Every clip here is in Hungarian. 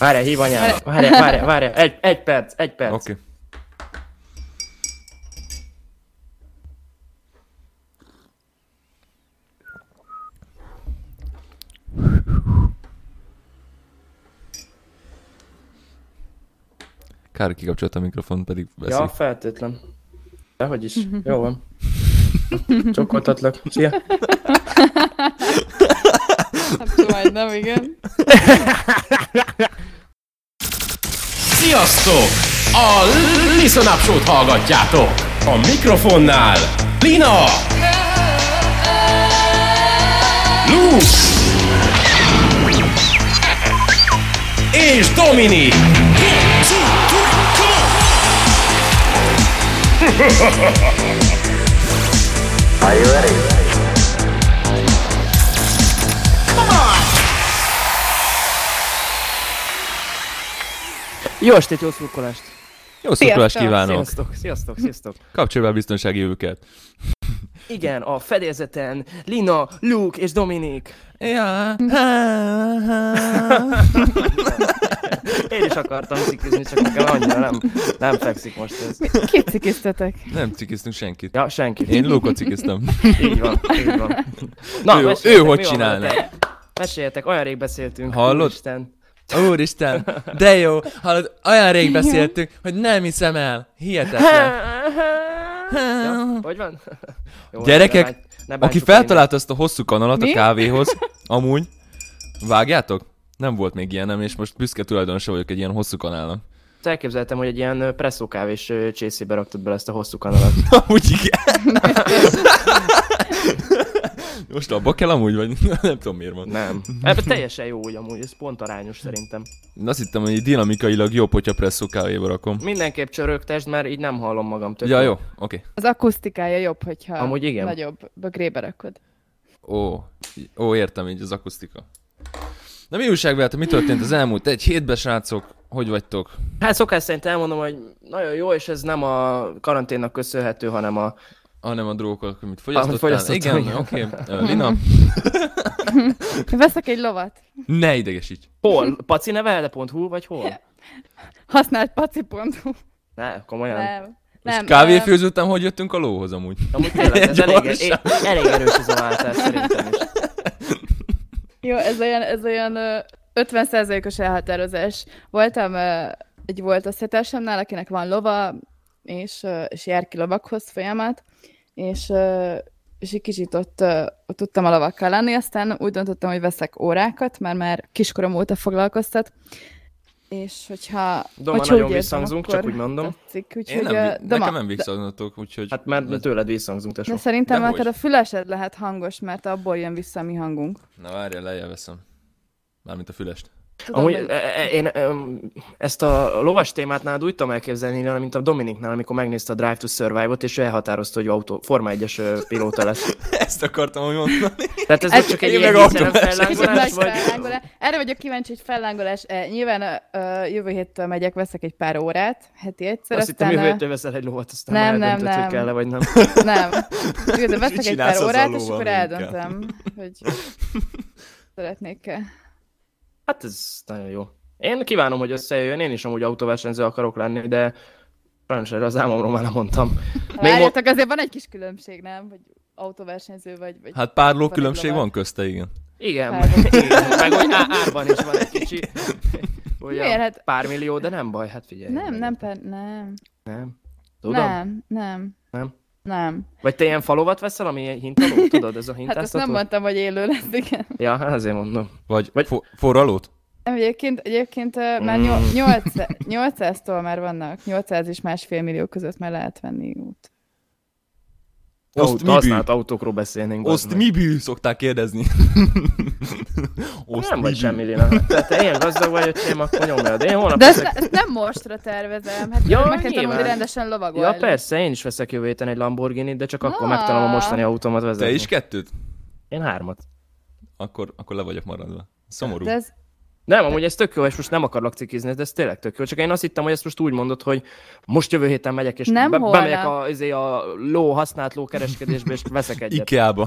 Várjál, hív anyába. Várjál. Egy perc. Oké. Kár, kikapcsolt a mikrofon, pedig beszél. Ja, feltétlen. Dehogy is. Jó van. Csokoltatlak. Szia. Hát majdnem, igen. Sziasztok! A Listen Up Show-t hallgatjátok! A mikrofonnál Lina! Luke! És Dominik! Are you ready? Jó estét, jó szurkolást. Jó szurkolást kívánok! Sziasztok. Kapcsolj be a biztonsági jövőket. Igen, a fedélzeten Lina, Luke és Dominik. Ja. Én is akartam cikizni, csak nekem annyira nem fekszik most ez. Kit cikiztetek? Nem cikiztünk senkit. Ja, senki. Én Luke-ot cikiztem. Így van. Na, Ő hogy csinálna? Meséljetek, olyan rég beszéltünk. Hallod? Úristen, de jó, hallod, olyan rég beszéltünk, hogy nem hiszem el. Hihetetlen. Ja, hogy van? Jó, Gyerekek, ne aki feltalálta ezt a hosszú kanalat a kávéhoz, amúgy, vágjátok? Nem volt még ilyen, nem, és most büszke tulajdonosa vagyok egy ilyen hosszú kanálnak. Elképzeltem, hogy egy ilyen presszó kávés csészébe raktad bele ezt a hosszú kanalat. Amúgy igen. Most abba kell amúgy, vagy nem tudom miért mondom. Nem. Ebben teljesen jó úgy amúgy, ez pont arányos szerintem. Én azt hittem, hogy dinamikailag jobb, hogyha presszó kávéba rakom. Mindenképp csörögtesd, mert így nem hallom magam többet. Ja, jó, oké. Az akusztikája jobb, hogyha Amúgy igen. nagyobb bögrébe rakod. Ó, értem így az akusztika. Na mi újság veletek, mi történt az elmúlt egy hétben, srácok? Hogy vagytok? Hát szokás szerint elmondom, hogy nagyon jó, és ez nem a karanténnak köszönhető, hanem a... Nem a drogokat, amit fogyasztottál. Igen, oké. Lina? Veszek egy lovat. Ne idegesíts. Hol? Pacinevelde.hu vagy hol? Használt paci.hu. Ne, komolyan. Nem. Kávéfőző után hogy jöttünk a lóhoz amúgy? Amúgy tényleg, ez elég erős ez a váltás szerintem is. Jó, ez olyan 50%-os elhatározás. Voltam egy volt osztálytársamnál, akinek van lova, és jár ki lovakhoz folyamat, és egy kicsit ott tudtam a lovakkal lenni, aztán úgy döntöttem, hogy veszek órákat, mert már kiskorom óta foglalkoztat, és hogyha... Doma, nagyon visszhangzunk, csak úgy mondom. Tetszik, úgyhogy, nekem nem visszhangzatok, úgyhogy... Hát mert tőled visszhangzunk, te de szerintem neked a fülesed lehet hangos, mert abból jön vissza a mi hangunk. Na várjál, lejjel veszem. Mármint a fülest. Tudom, amúgy én ezt a lovas témát nálad úgy tudom elképzelni, mint a Dominiknál, amikor megnézte a Drive to Survive-ot, és ő elhatározta, hogy Forma 1-es pilóta lesz. Ezt akartam mondani. Tehát ez csak egy ilyen hirtelen fellángolás, vagy... Erre vagyok kíváncsi, hogy fellángolás. Nyilván jövő héttől megyek, veszek egy pár órát, heti egyszer. Azt hittem, jövő héttől veszel egy lovat, aztán már eldöntöd, hogy kell-e, vagy nem. Nem. Veszek egy pár órát, és akkor eldöntöm, hogy szeretnék-e. Hát ez nagyon jó. Én kívánom, hogy összejöjjön, én is amúgy autóversenyző akarok lenni, de sajnos erre az álmomról már nem mondtam. Várjátok, azért van egy kis különbség, nem? Hogy autóversenyző vagy... Hát pár ló különbség van közte, igen. Igen, meg hogy árban is van egy kicsi. Miért? Hát... Pár millió, de nem baj, hát figyelj. Nem. Tudom? Nem. Vagy te ilyen falovat veszel, ami hintaló? Tudod, ez a hintáztató? Hát azt nem mondtam, hogy élő lesz, igen. Ja, hát azért mondom. Vagy... forralót? Egyébként már 800-tól már vannak. 800 és 1,5 millió között már lehet venni út. Használt autókról beszélnénk. Azt mi bű? Szokták kérdezni. Nem vagy semmi, Lina. Tehát te ilyen gazdag vagy, öcsém, akkor nyomjad. Én holnap de ezt nem mostra tervezem. Hát ja, meg kell tanulni rendesen lovagolni. Ja, persze, én is veszek jövő héten egy Lamborghini-t, de csak akkor megtalálom a mostani autómat vezetni. Te is 2? Én 3. Akkor le vagyok maradva. Szomorú. Nem, amúgy ez tök jó, és most nem akarlak cikizni, de ez tényleg tök jó. Csak én azt hittem, hogy ezt most úgy mondod, hogy most jövő héten megyek, és bemegyek a használt lókereskedésbe, és veszek egyet. Ikeába.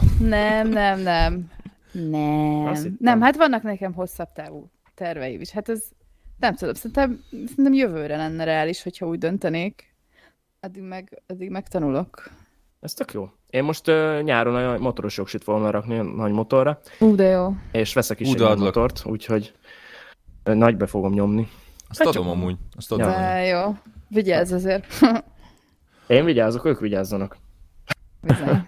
Nem, hát vannak nekem hosszabb távú terveim is. Hát ez Nem tudom, szerintem jövőre lenne reális, hogyha úgy döntenék. Addig megtanulok. Ez tök jó. Én most nyáron a motoros jogsit fogom lerakni a nagy motorra. De jó. És veszek is egy motort, úgyhogy nagybe fogom nyomni. Azt adom amúgy. De jó. Vigyázz azért. Én vigyázok, ők vigyázzanak. Bizony.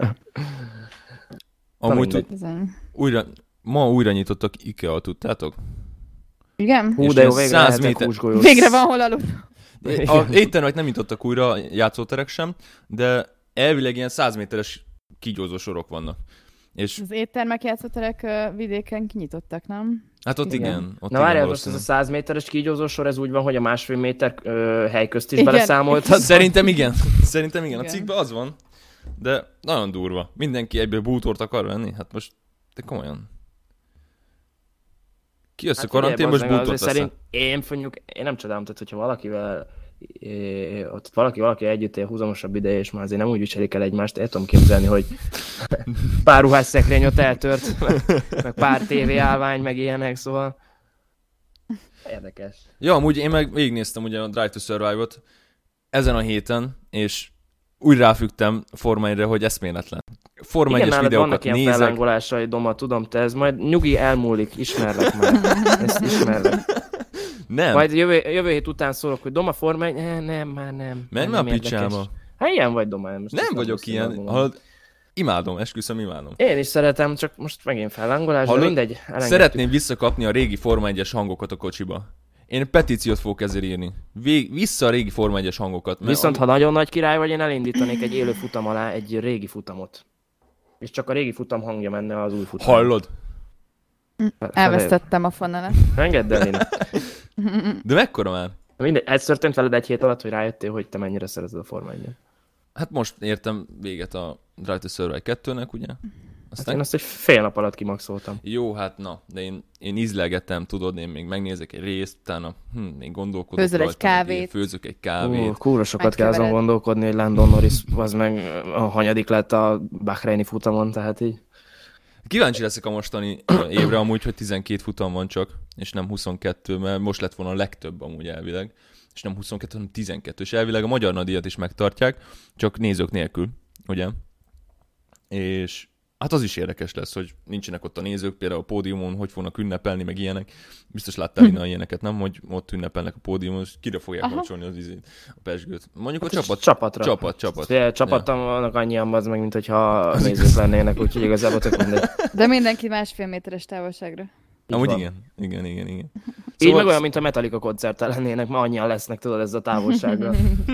Amúgy ma újra nyitottak IKEA, tudtátok? Igen? Hú, de jó, végre lehetek húsgolyót. Végre van hol aludni. A éttermek nem nyitottak újra, játszóterek sem, de elvileg ilyen 100 méteres kígyózó sorok vannak. És... Az éttermek, játszóterek vidéken kinyitottak, nem? Hát ott igen. Ott na várjál, most ez a 100 méteres kígyózó sor, ez úgy van, hogy a 1,5 méter hely közt is beleszámoltad? Szerintem igen. A cikkben az van. De nagyon durva. Mindenki egyből bútort akar venni. Hát most, de komolyan. Ki össze karantén, most bútort veszem. Szerint én nem csodálom, tehát hogyha valakivel ott valaki együtt él húzamosabb ideje, és már azért nem úgy viselik el egymást, el tudom képzelni, hogy pár ruhásszekrény ott eltört, meg pár tévéállvány, meg ilyenek, szóval érdekes. Ja, amúgy én meg végignéztem ugye a Drive to Survive-ot ezen a héten, és úgy ráfügtem Forma 1-re, hogy eszméletlen. Forma 1-es videókat vannak ilyen fellángolásai, Doma, tudom, te ez majd nyugi elmúlik, ismerlek már. Ezt ismerlek. Nem. Majd jövő hét után szólok, hogy Doma Forma 1, nem. Menj már a picsába. Hát ilyen vagy, Doma. Most nem vagyok ilyen. Imádom, esküszöm, imádom. Én is szeretem, csak most megint fellángolás, de mindegy. Szeretném visszakapni a régi Forma 1-es hangokat a kocsiba. Én petíciót fogok ezzel írni. Vissza a régi Forma 1-es hangokat. Viszont ha nagyon nagy király vagy, én elindítanék egy élő futam alá egy régi futamot. És csak a régi futam hangja menne az új futam. Hallod? Elvesztettem a fonalat. Engedd el én. De mekkora már? Mindegy, ez történt veled egy hét alatt, hogy rájöttél, hogy te mennyire szereted a Forma 1-et. Hát most értem véget a Drive to Survive 2-nek, ugye? Aztán... én azt egy fél nap alatt kimaxoltam. Jó, hát na, de én ízlegetem, tudod, én még megnézek egy részt, utána még gondolkodok. Főzöl egy kávét. Főzök egy kávét. Kúra sokat kell azon gondolkodni, hogy Lando Norris az meg a hanyadik lett a Bahreini futamon, tehát így. Kíváncsi leszek a mostani évre amúgy, hogy 12 futam van csak, és nem 22, mert most lett volna a legtöbb amúgy elvileg. És nem 22, hanem 12. És elvileg a magyar nagydíjat is megtartják, csak nézők nélkül, ugye? És hát az is érdekes lesz, hogy nincsenek ott a nézők, például a pódiumon, hogy fognak ünnepelni, meg ilyenek. Biztos láttál innen ilyeneket, nem? Hogy ott ünnepelnek a pódiumon, és kire fogják kapcsolni az izét, a pesgőt. Mondjuk a csapatra. Csapattam vannak annyian az meg, mint hogyha nézők lennének, úgyhogy igazából tök mindegy. De mindenki 1,5 méteres távolságra. Amúgy igen. Így Szóval... meg olyan, mint a Metallica koncerten lennének, ma annyian lesznek, tudod, ez a távolságra.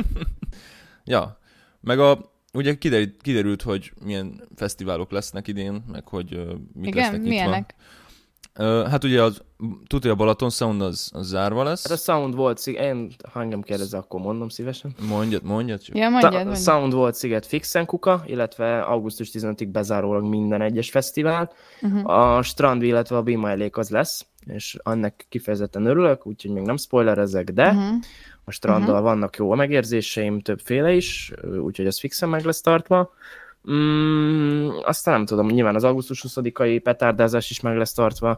Ja, meg ugye kiderült, hogy milyen fesztiválok lesznek idén, meg hogy mik lesznek nyitva. Milyenek? Hát ugye tudja, a Balaton Sound az zárva lesz. Hát a Sound volt ha engem kérdez, akkor mondom szívesen. Mondjad csak. Ja, mondjad. Sound volt sziget fixen kuka, illetve augusztus 15-ig bezárólag minden egyes fesztivál. A Strand, illetve a Be My Lake az lesz, és annak kifejezetten örülök, úgyhogy még nem spoilerezek, de a Stranddal vannak jó a megérzéseim, többféle is, úgyhogy ez fixen meg lesz tartva. Aztán nem tudom, nyilván az augusztus 20-ai petárdázás is meg lesz tartva.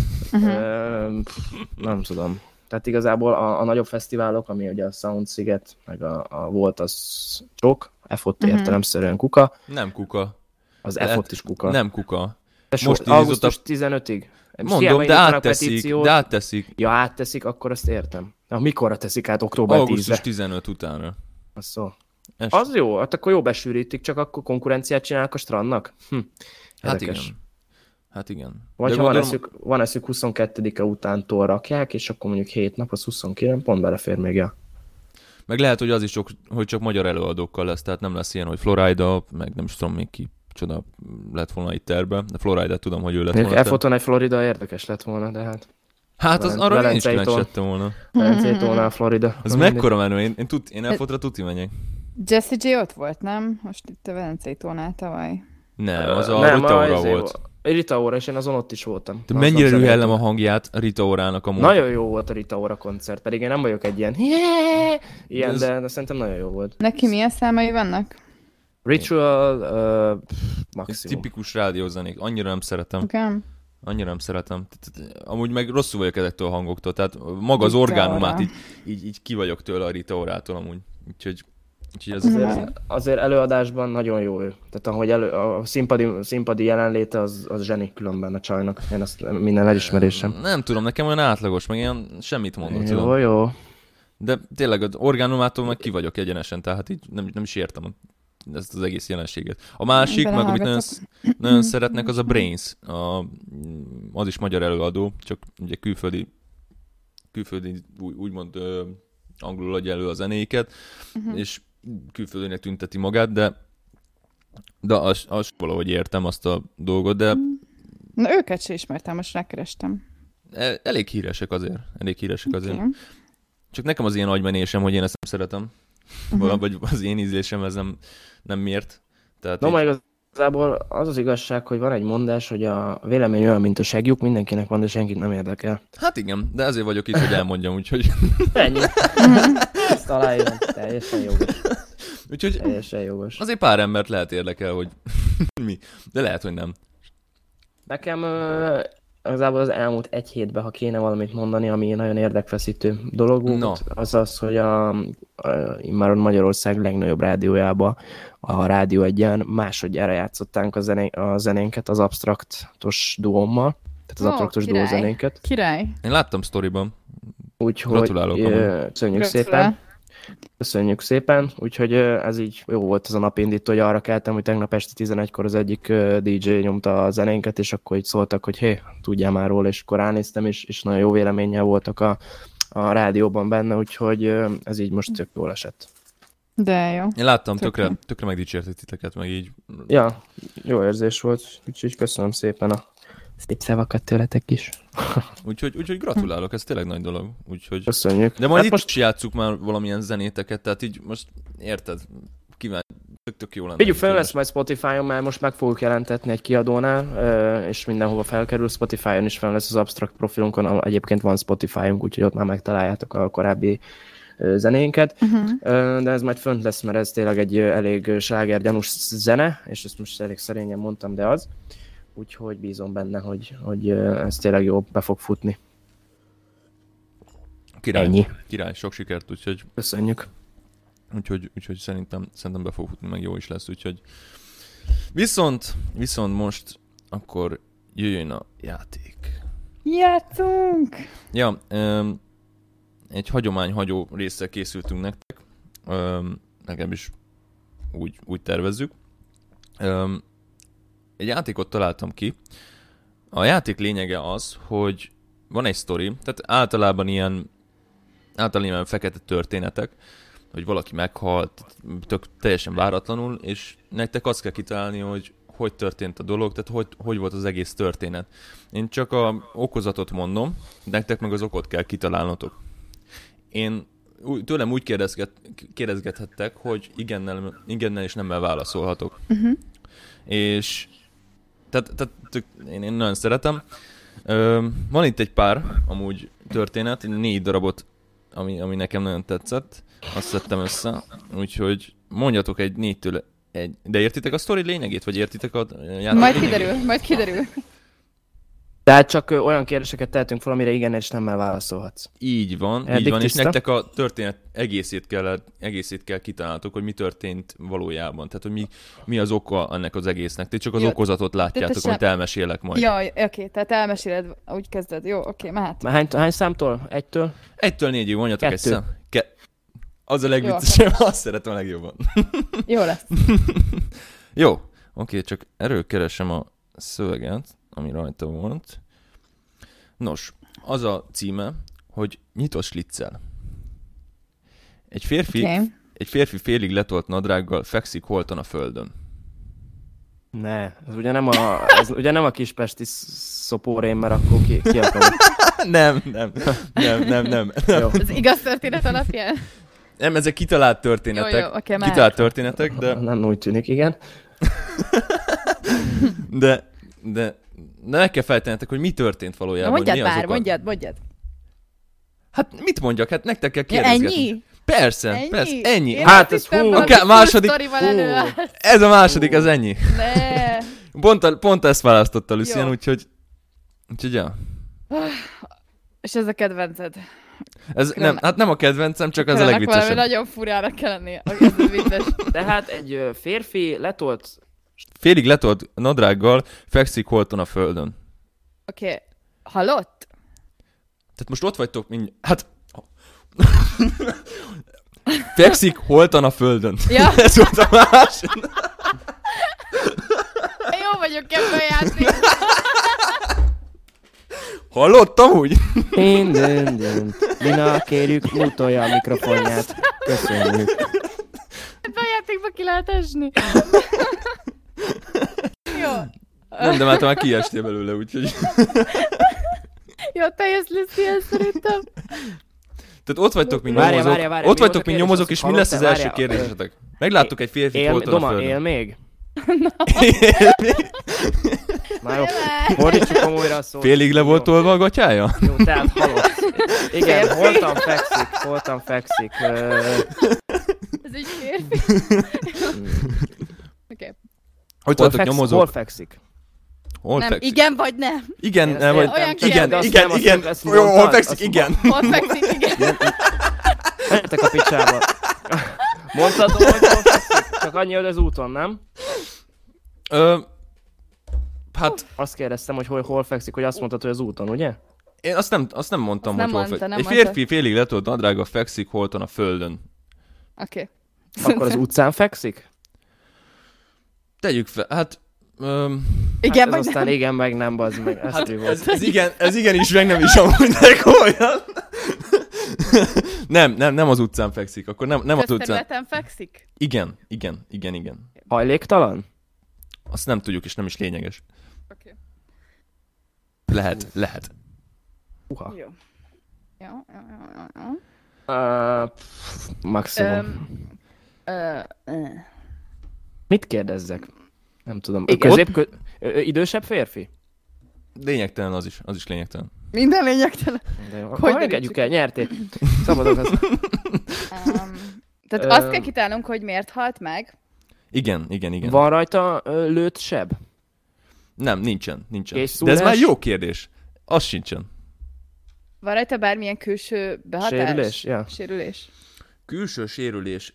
Nem tudom. Tehát igazából a nagyobb fesztiválok, ami ugye a Sound Sziget, meg a volt az csok, FOT értelemszerűen kuka. Nem kuka. Az FOT is kuka. Nem kuka. Most augusztus 15-ig. Mondom, de átteszik. Ja, átteszik, akkor azt értem. Na, mikorra teszik át? Október 10-re? Augusztus 15 utánra. Az jó, hát akkor jó besűrítik, csak akkor konkurenciát csinálnak a Strandnak? Hát igen. Vagy ha van eszük 22-e utántól rakják, és akkor mondjuk 7 nap, az 29, pont belefér még, ja. Meg lehet, hogy az is csak magyar előadókkal lesz, tehát nem lesz ilyen, hogy Florida, meg nem is tudom még ki csoda lett volna itt terve, de Florida tudom, hogy ő lett volna. F-oton egy Florida érdekes lett volna, de hát... Hát az arra én is kíváncsi volna. Velencétól Florida. Az mekkora menő, én F-otra tuti menjek. Jesse J ott volt, nem? Most itt a Velencei tónál tavaly. Nem, az a Rita Ora volt. Rita Ora, és én azon ott is voltam. De mennyire rühellem a hangját a Rita Orának amúgy. Nagyon jó volt a Rita Ora koncert, pedig én nem vagyok egy ilyen, de szerintem nagyon jó volt. Neki milyen számai vannak? Ritual, maximum. Tipikus rádiózenék, annyira nem szeretem. Okay. Annyira nem szeretem. Amúgy meg rosszul vagyok ezektől a hangoktól, tehát maga az orgánumát így ki vagyok tőle a Rita Orától amúgy. Úgyhogy ez azért előadásban nagyon jó ő. Tehát ahogy a színpadi jelenléte az zseni különben a csajnak. Én azt minden elismerésem. Nem tudom, nekem olyan átlagos, meg ilyen semmit mondott. Jó. De tényleg az orgánumától meg ki vagyok egyenesen, tehát így nem is értem ezt az egész jelenséget. A másik, meg amit nagyon szeretnek, az a Brains. Az is magyar előadó, csak ugye külföldi úgymond angolul adja elő a zenéket, és külföldinek tünteti magát, de azt valahogy értem azt a dolgot, de... Na őket se ismertem, most rákerestem. Elég híresek azért. Okay. Csak nekem az ilyen agymenésem, hogy én ezt nem szeretem. Vagy az én ízlésem ez nem miért. Tehát no, meg igazából az igazság, hogy van egy mondás, hogy a vélemény olyan, mint a segjuk, mindenkinek van, de senkit nem érdekel. Hát igen, de ezért vagyok itt, hogy elmondjam, úgyhogy... Ennyi. Ezt aláírom. Teljesen jogos. Úgyhogy teljesen jogos. Azért pár embert lehet érdekel, hogy mi, de lehet, hogy nem. Nekem igazából az elmúlt egy hétben, ha kéne valamit mondani, ami nagyon érdekfeszítő dolog volt, az az, hogy immáron Magyarország legnagyobb rádiójában, a Rádió 1-en másodjára játszották a zenénket az absztraktos duómmal, tehát az absztraktos duó zenénket. Király! Én láttam sztoriban. Úgyhogy gratulálok. Köszönjük szépen. Köszönjük szépen, úgyhogy ez így jó volt az a napindító, hogy arra keltem, hogy tegnap este 11-kor az egyik DJ nyomta a zenénket, és akkor így szóltak, hogy hé, tudjál már róla, és akkor ránéztem, és nagyon jó véleménnyel voltak a rádióban benne, úgyhogy ez így most tök jól esett. De jó. Én láttam, tökre megdicsértek titeket, meg így. Ja, jó érzés volt, úgyhogy köszönöm szépen a szép szavakat tőletek is. Úgyhogy gratulálok, ez tényleg nagy dolog. Úgyhogy... Köszönjük. De majd hát most játsszuk már valamilyen zenéteket, tehát így most érted, tök jó lenne. Vigyük fel, lesz majd Spotify-on, mert most meg fogjuk jelentetni egy kiadónál, és mindenhova felkerül. Spotify-on is fel lesz az Abstract profilunkon, egyébként van Spotify-unk, úgyhogy ott már megtaláljátok a korábbi zenénket, de ez majd fönt lesz, mert ez tényleg egy elég slágergyanús zene, és ezt most elég szerényen mondtam, de az. Úgyhogy bízom benne, hogy ez tényleg jó be fog futni. Király, sok sikert, úgyhogy... Köszönjük. Úgyhogy szerintem be fog futni, meg jó is lesz, úgyhogy... Viszont most akkor jöjjön a játék. Játszunk! Ja, egy hagyományhagyó résszel készültünk nektek. Nekem is úgy tervezzük. Egy játékot találtam ki. A játék lényege az, hogy van egy sztori, tehát általában ilyen fekete történetek, hogy valaki meghalt, teljesen váratlanul, és nektek azt kell kitalálni, hogy történt a dolog, tehát hogy volt az egész történet. Én csak a okozatot mondom, nektek meg az okot kell kitalálnotok. Tőlem úgy kérdezgethettek, hogy igennel és nemmel válaszolhatok. És tehát én nagyon szeretem. Van itt egy pár amúgy történet, 4 darabot, ami nekem nagyon tetszett. Azt szedtem össze, úgyhogy mondjatok egy 4-től egy. De értitek a sztori lényegét, vagy értitek a játék Majd kiderül. Tehát csak olyan kérdéseket tehetünk fel, amire igen és nemmel válaszolhatsz. Így van, és nektek a történet egészét kell kitalálnotok, hogy mi történt valójában. Tehát, hogy mi az oka ennek az egésznek. Ti csak az okozatot látjátok, amit elmesélek majd. Jaj, oké, tehát elmeséled, úgy kezded. Jó, oké, mehet. Hány számtól? 1-től? 1-től 4-ig, mondjatok egy szám. Az a legviccesebb, azt szeretem a legjobban. Jó lesz. Jó, oké, csak keresem a szöveget, ami rajta volt. Nos, az a címe, hogy nyitott sliccel. Egy férfi félig letolt nadrággal fekszik holtan a földön. Ne, ez ugye nem a kispesti szopórém, mert akkor ki akarom. Nem. Jó. Ez igaz történet alapján? Nem, ezek kitalált történetek. Jó, oké, kitalált történetek, de... Nem úgy tűnik, igen. De meg kell feltennetek, hogy mi történt valójában. Mondjad. Hát mit mondjak? Hát nektek kell kérdezgetni. Ennyi? Persze, ennyi. Hát ez második. Ez a második, ez ennyi. Ne. Pont ezt választotta Lucien, úgyhogy Úgyhogy ja. És ez a kedvenced. Ez nem a kedvencem, csak az a Valami legviccesebb. nagyon furának kell lennie. Ez vicces. Tehát egy férfi letolt... Félig letolt nadrággal fekszik holton a földön. Oké. Halott? Tehát most ott vagytok, hát... fekszik holtan a földön. Ja. Ez volt a más. Jó vagyok ebben játszani. Hallottam úgy? Dün. Lina, kérjük, mutolja a mikrofonját. Köszönjük. Ebben a játékban ki lehet esni. Jó. Nem, de már kiestél belőle, úgyhogy... Jó, teljes lesz ilyen szerintem. Tehát ott vagytok, mint Várja, nyomozók. várja, Ott mi volt vagytok, a mint kérdés? nyomozók, Azt és mi lesz az hallottam? első Várjál. kérdésetek? Megláttuk egy férfit holton a Doma, földön. él még? Él Na jó, fordítsuk komolyra a szót. Félig le volt Jó. tolva a gatyája? Jó, tehát halott. Igen, holtan fekszik. Ez egy férfi. Oké. Hogy vagytok nyomozók? Hol fekszik? Hol Nem, fekszik? igen vagy nem. Igen, Én ezt nem, vagy... Olyan Igen, kérdés. igen, Azt igen. nem, azt Jó, mondtad, hol fekszik? azt Igen. Hol fekszik, igen. Menjetek a picsába. Mondtad, hogy hol fekszik? Csak annyi, hogy az úton, nem? Hát, Azt kérdeztem, hogy hol fekszik, hogy azt mondtad, hogy az úton, ugye? én azt nem mondtam, Azt hogy nem hol mondta, fekszik. nem Egy mondta. férfi félig letolt nadrággal fekszik holton a földön. Oké. Akkor az utcán fekszik? Tegyük fel, hát... Igen Ez vagy aztán nem. igen, meg nem, bazd meg. Hát ez igen is, meg nem is amúgy, de komolyan. Nem az utcán fekszik, akkor nem az utcán. Közterületen fekszik? Igen. Hajléktalan? Azt nem tudjuk, és nem is lényeges. Oké. Lehet. Uha. Jó. Jó. Maximum. Mit kérdezzek? Nem tudom. Igen. Idősebb férfi? Lényegtelen az is lényegtelen. Minden lényegtelen. De jó, Hogy akkor engedjük el, nyertél. Szabadok az. Tehát azt kell kitálnunk, hogy miért halt meg. Igen. Van rajta lőtt seb? Nem, nincsen. De Készszúrás? ez már jó kérdés. Az sincsen. Van rajta bármilyen külső behatás? Sérülés? Ja. Sérülés. Külső sérülés.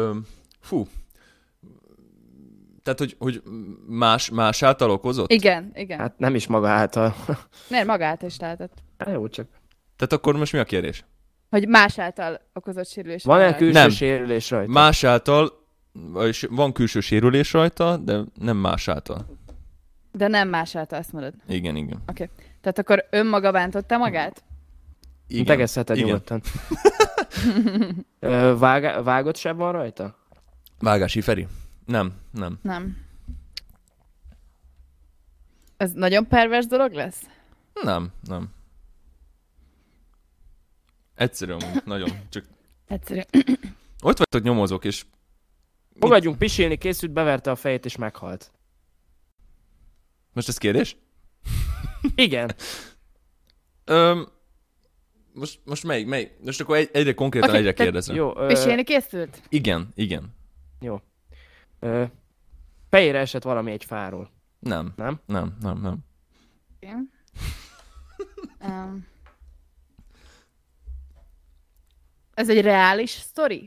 Tehát, hogy más által okozott? Igen. Hát nem is maga által. Nem, magát is lehetett. Hát jó, csak. Tehát akkor most mi a kérdés? Hogy más által okozott sérülés. Van-e rajta. külső Nem. sérülés rajta? Más által, vagyis van külső sérülés rajta, de nem más által. De nem más által, azt mondod. Igen. Tehát akkor önmaga bántotta magát? Tegezheted Igen. nyugodtan. Vágott seb van rajta? Vágási Feri? Nem. Nem. Ez nagyon pervers dolog lesz? Nem. Egyszerűen, nagyon. Csak Egyszerű. ott vagytok nyomozók, és... Fogadjunk, pisilni készült, beverte a fejét és meghalt. Most ez kérdés? Igen. Most melyik? Most akkor egyre konkrétan Oké, egyre tehát- kérdezem. Jó. Pisélni készült? Igen. Fejére esett valami egy fáról. Nem. Nem? Nem. Igen. Ez egy reális sztori?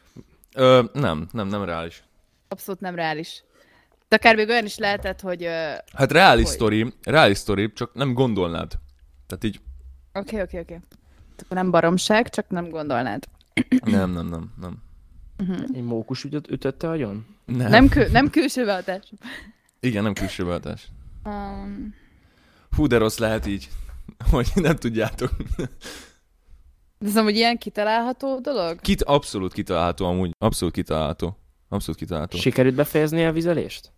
Nem reális. Abszolút nem reális. De akár még olyan is lehetett, hogy... Hát reális Hogy? sztori, csak nem gondolnád. Tehát így, Oké. Akkor nem baromság, csak nem gondolnád. nem. Egy mókus ütötte agyon? Nem külső behatás. Igen, nem külső váltás. Hú, de rossz lehet így, hogy nem tudjátok. De ez amúgy ilyen kitalálható dolog? Abszolút kitalálható amúgy. Abszolút kitalálható. Sikerült befejezni a vizelést?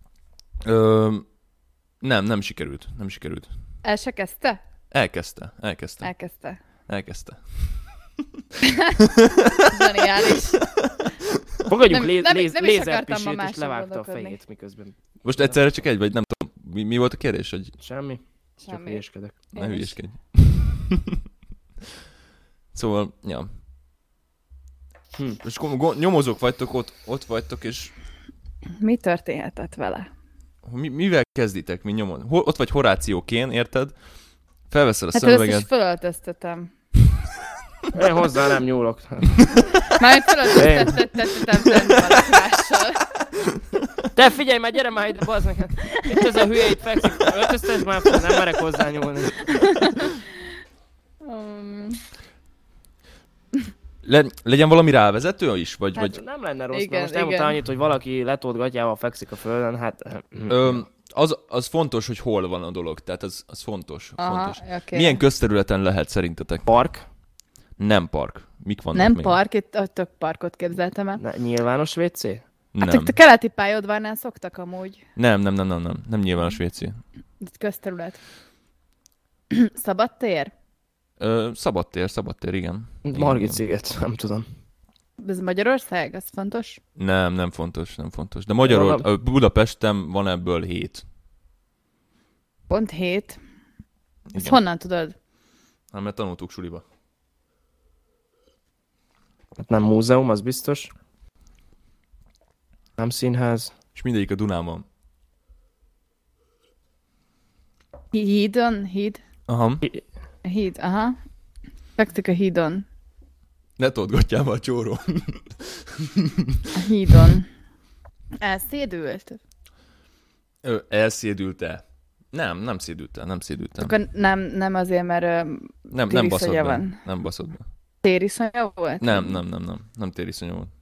Nem sikerült. El se kezdte? Elkezdte. Elkezdte. Zseniális. Fogadjuk Nem is akartam ma lézerpisét és máson levágta a gondolkodni. fejét miközben. Most egyszerre csak egy, vagy nem tudom. Mi volt a kérdés? Hogy Semmi? Csak Semmi. hülyéskedek. ne Én is. hülyéskedj. Szóval, ja. És akkor nyomozók vagytok, ott vagytok, és Mi történhetett vele? mivel kezditek, mint nyomon? Ott vagy Horáció Kén, érted? Felveszed a Hát először szemüveget. is felöltöztetem. Én hozzá nem nyúlok. Már felöltöztettem valaki mással. Te figyelj már, gyere már ide, bazd meg. Itt ez a hülye itt fekszik. Öltöztes már fel, nem merek hozzá nyúlni. Legyen valami rávezető is? Vagy... Hát nem lenne rossz, Igen, mert most elmondta igen. annyit, hogy valaki letolt gatyával fekszik a földön, hát... Az fontos, hogy hol van a dolog, tehát az fontos. Aha, fontos. okay. Milyen közterületen lehet szerintetek? Park? Nem park. Mik vannak Nem még? park, itt tök parkot képzeltem el. Nyilvános WC? Nem. Hát a keleti pályaudvarnál szoktak amúgy. Nem nyilvános WC. Itt közterület. Szabadtér? Szabadtér, igen. Margit sziget, nem tudom. Ez Magyarország? Ez fontos? Nem fontos. De Budapesten van ebből 7. Pont 7. Ezt Igen. honnan tudod? Hát, mert tanultuk suliba. Hát nem múzeum, az biztos. Nem színház. És mindegyik a Dunán van. Hídon? Aha. Híd, aha. Fekszik a hídon. Ne told gatyával a csóró. A hídon. Elszédült? Elszédült-e? Nem szédültem. Akkor nem azért, mert Nem baszod tériszonya be. van. Nem baszod be. Tériszonya volt? Nem tériszonya volt.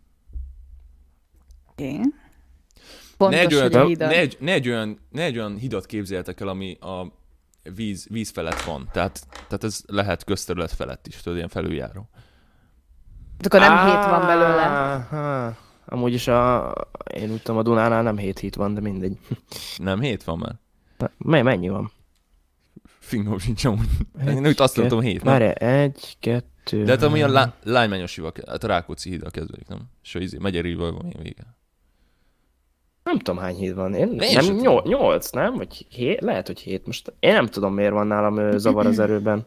Okay. Pontos, hogy a hídon. Ne egy olyan hidat képzeljetek el, ami a víz felett van. Tehát ez lehet közterület felett is, tudod, ilyen felüljáró. Akkor nem 7 van belőle. Amúgy is én úgy tudom, a Dunánál nem 7 híd van, de mindegy. Nem 7 van már? Mennyi van? Fingom sincs amúgy. Én úgy azt mondtam 7, nem? Várj, 1, 2... De hát ami a Lágymányos híd, hát a Rákóczi híddal kezdődik, nem? És a Megyerivel van ilyen vége. Nem tudom hány híd van. Én Nem, sem tudom. 8, nem? Vagy 7? Lehet, hogy 7. Most én nem tudom, miért van nálam zavar az erőben.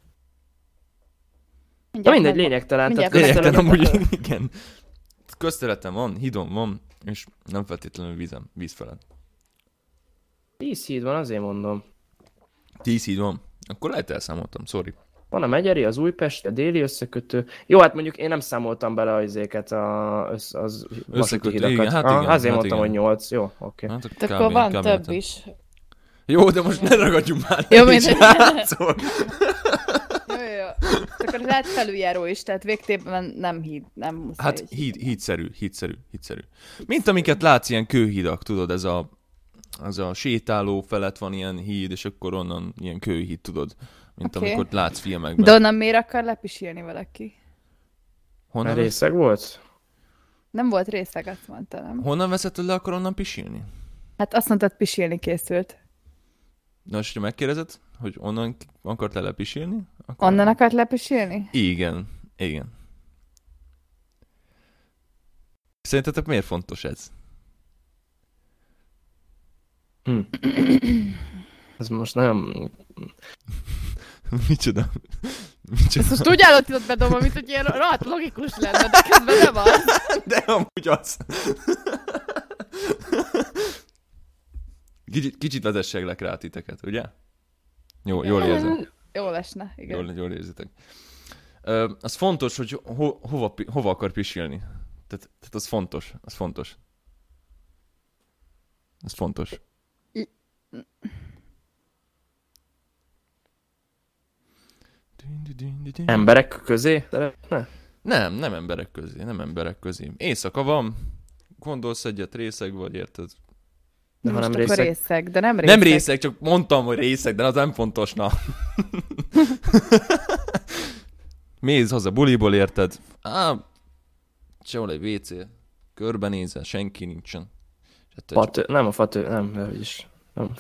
Na mindegy, lényegtelen. mindjárt Lényegtelen közterület- amúgy, igen. Közterületen van, hídon van, és nem feltétlenül víz felett. 10 híd van, azért mondom. 10 híd van. Akkor lehet elszámoltam, sorry. Van a Megyeri, az Újpesti, a déli összekötő. Jó, hát mondjuk én nem számoltam bele az izéket, az vasúti Összekötő, hidakat. igen, hát igen, azért hát mondtam, igen. hogy 8. Jó, oké. Hát De akkor van több értem. is. Jó, de most ne ragadjunk már. Jó, le, mindegy. srácok. Jó. Akkor lehet felüljáró is, tehát végtében nem híd, nem muszáj. Hát hídszerű. Mint amiket látsz, ilyen kőhidak, tudod, ez a sétáló felett van ilyen híd, és akkor onnan ilyen kőhíd, tudod, mint Oké. amikor látsz filmekben. De onnan miért akar lepisilni valaki? Honnan, Részeg volt? Nem volt részeg, azt mondta, nem? honnan veszetted le, akkor onnan pisilni? Hát azt mondtad, pisilni készült. Na, és ha megkérdezed, hogy onnan akart le lepisilni? Akkor... Onnan akart lepisilni? Igen. Szerintetek miért fontos ez? Ez most nagyon... Micsoda? Ezt most úgy állott bedobva, mint hogy ilyen rohadt logikus lenne, de közben nem az. De amúgy az. Kicsit vezesseglek rá titeket, ugye? Jól érzem. Jól esne, igen. Jól érzitek. Az fontos, hogy hova akar pisilni. Tehát az fontos. Ez fontos. Emberek közé? Nem emberek közé. Éjszaka van, gondolsz egyet, részeg vagy, érted? De ha Most nem akkor részeg. részeg, de nem részeg. Nem részeg, csak mondtam, hogy részeg, de az nem fontos, na. Mész haza buliból, érted? Sehol egy WC, körbenézel, senki nincsen. Nem a fatő, nem, de is. Nem,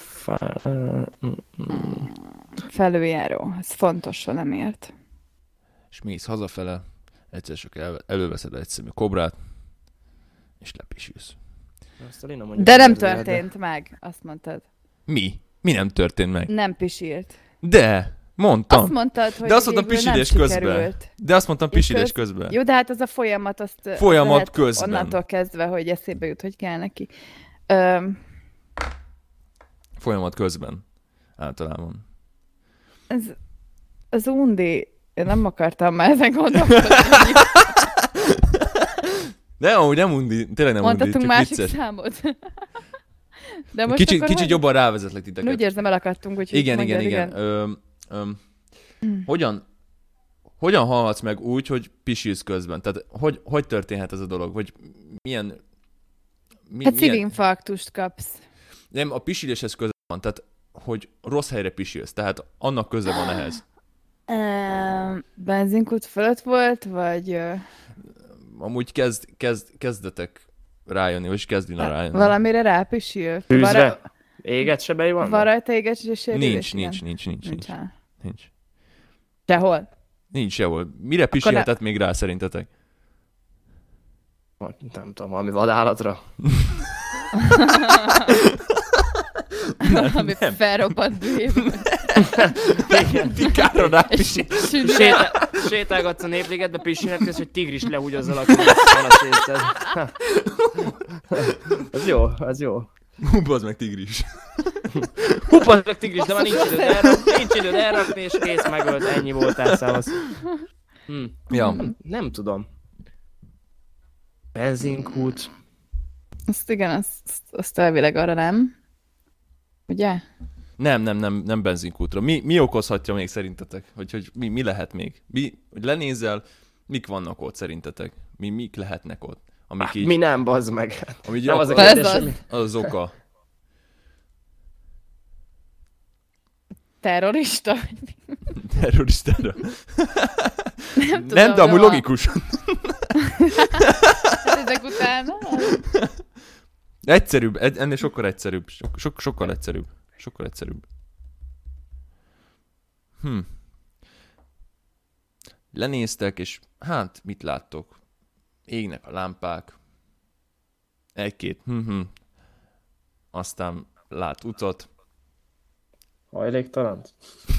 Felüljáró, ez fontos valamért. És mész hazafele, egyszer csak előveszed egy szemű kobrát, és lepisülsz. De nem történt meg, azt mondtad. Mi? Mi nem történt meg? Nem pisilt. De! Mondtam. Azt mondtad, hogy De azt mondtam végül nem pisilés közben. sikerült. De azt mondtam pisilés közben. Jó, de hát az a folyamat, azt Folyamat lehet közben. onnantól kezdve, hogy eszébe jut, hogy kell neki. Folyamat közben. Általában. Az undi. Én nem akartam már ezen gondolkodni. De amúgy nem undi, tényleg nem undi, Mondhatunk csak másik vicces. számot. De most Kicsit jobban rávezetlek titeket. Úgy érzem, elakadtunk, úgyhogy Igen. Hogyan halhatsz meg úgy, hogy pisilsz közben? Tehát hogy történhet ez a dolog? Vagy milyen... Hát szívinfarktust kapsz. Nem, a pisiléshez köze van, tehát hogy rossz helyre pisilsz, tehát annak köze van ehhez. Benzinkút fölött volt, vagy... Amúgy kezdetek rájönni, vagy kezdjön rájönni. Valamire rápisil? Tűzre? Éget sebei van? Van rajta égetségés? Nincs. Sehol? Nincs sehol. Mire pisilhetett még rá szerintetek? Nem tudom, valami vadállatra. Ami felrobbant bűjéből. Igen, pikára rápisil. Sétálgatsz a Népligetbe, pisilhetsz, hogy tigris lehúgyozza a van a szétszer. Az jó. Húbazd meg tigris. Húbazd meg tigris, de már nincs időd elrakni, és kész, megölt, ennyi voltál számasz. Ja. Nem tudom. Benzinkút. Azt igen, azt elvileg arra nem. Ugye? Nem benzinkútra. Mi okozhatja még szerintetek? Hogy mi lehet még? Hogy lenézel, mik vannak ott szerintetek? Mik lehetnek ott? Amik így, mi nem, bazd meg. Ami nem az a kérdés, az oka. Terrorista? Terroristára. Nem tudom, nem, de amúgy logikus. Ezek után... Egyszerűbb, ennél sokkal egyszerűbb. Sokkal egyszerűbb. Sokkal egyszerűbb. Lenéztek, és hát mit láttok? Égnek a lámpák. Egy-két. Aztán lát utat. Hajléktalant?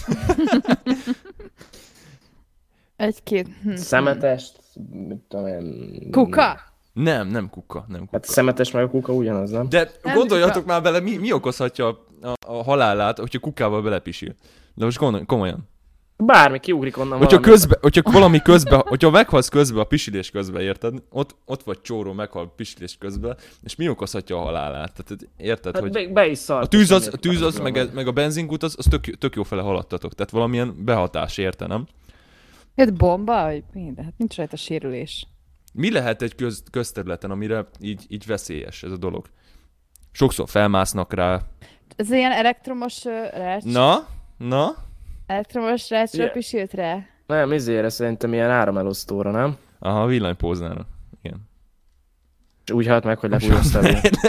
Egy-két. Szemetest? Mit tudom én... Kuka? Nem kuka. Hát a szemetes meg a kuka ugyanaz, nem? De nem gondoljatok kuka. már bele, mi okozhatja a halálát, hogyha kukával belepisil. De most komolyan. Bármi, kiugrik onnan Hogyha meghalsz közben a pisilés közben, érted? Ott vagy csóró, meghal pisilés közben, és mi okozhatja a halálát? Tehát érted, hát hogy be is szart. a tűz az meg a benzinkút, az tök jó fele haladtatok. Tehát valamilyen behatás érte, nem? Ez bomba? Vagy minden? Hát nincs rajta sérülés. Mi lehet egy közterületen, amire így veszélyes ez a dolog? Sokszor felmásznak rá. Ez ilyen elektromos rács? Na? Elektromos rácsra pisilt rá? Nem, izére szerintem ilyen áramelosztóra, nem? Aha, villanypóznára. Igen. És úgy halt meg, hogy lefújoztál.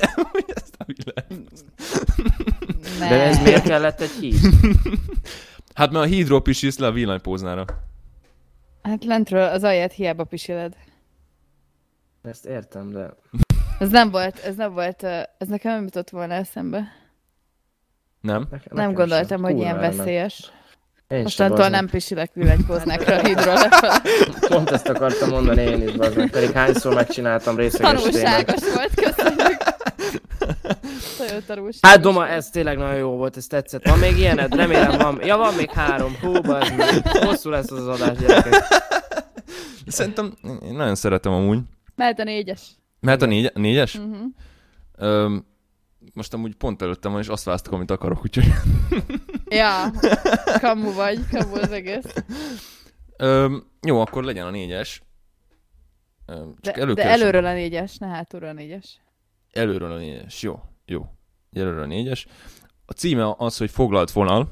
De ez miért kellett egy híd? Hát mert a hídról pisilsz le a villanypóznára. Hát lentről az alját hiába pisiled. Ezt értem, de... Ez nem volt, ez nekem nem jutott volna eszembe. Nem? Nem gondoltam, hogy ilyen veszélyes. Nem. Mostantól nem pisilek villanypóznákra a hídról lefele. Pont ezt akartam mondani én is, bazd meg. Pedig hányszor megcsináltam részeges témát. Tanulságos volt, köszönjük. Nagyon tanulságos. Hát Doma, ez tényleg nagyon jó volt, ez tetszett. Van még ilyened? Remélem van. Ja, van még 3. Hú, bazd meg. Hosszú lesz az adás, gyerekek. Szerintem én nagyon szeretem amúgy. Mehet a 4-es. Mehet a 4-es? Uh-huh. Most amúgy pont előttem van, és azt választok, amit akarok, úgyhogy... Ja, kamu az egész. Jó, akkor legyen a 4-es. De előről a 4-es, ne hátulról a 4-es. Előről a 4-es, jó. Előről a 4-es. A címe az, hogy foglalt vonal.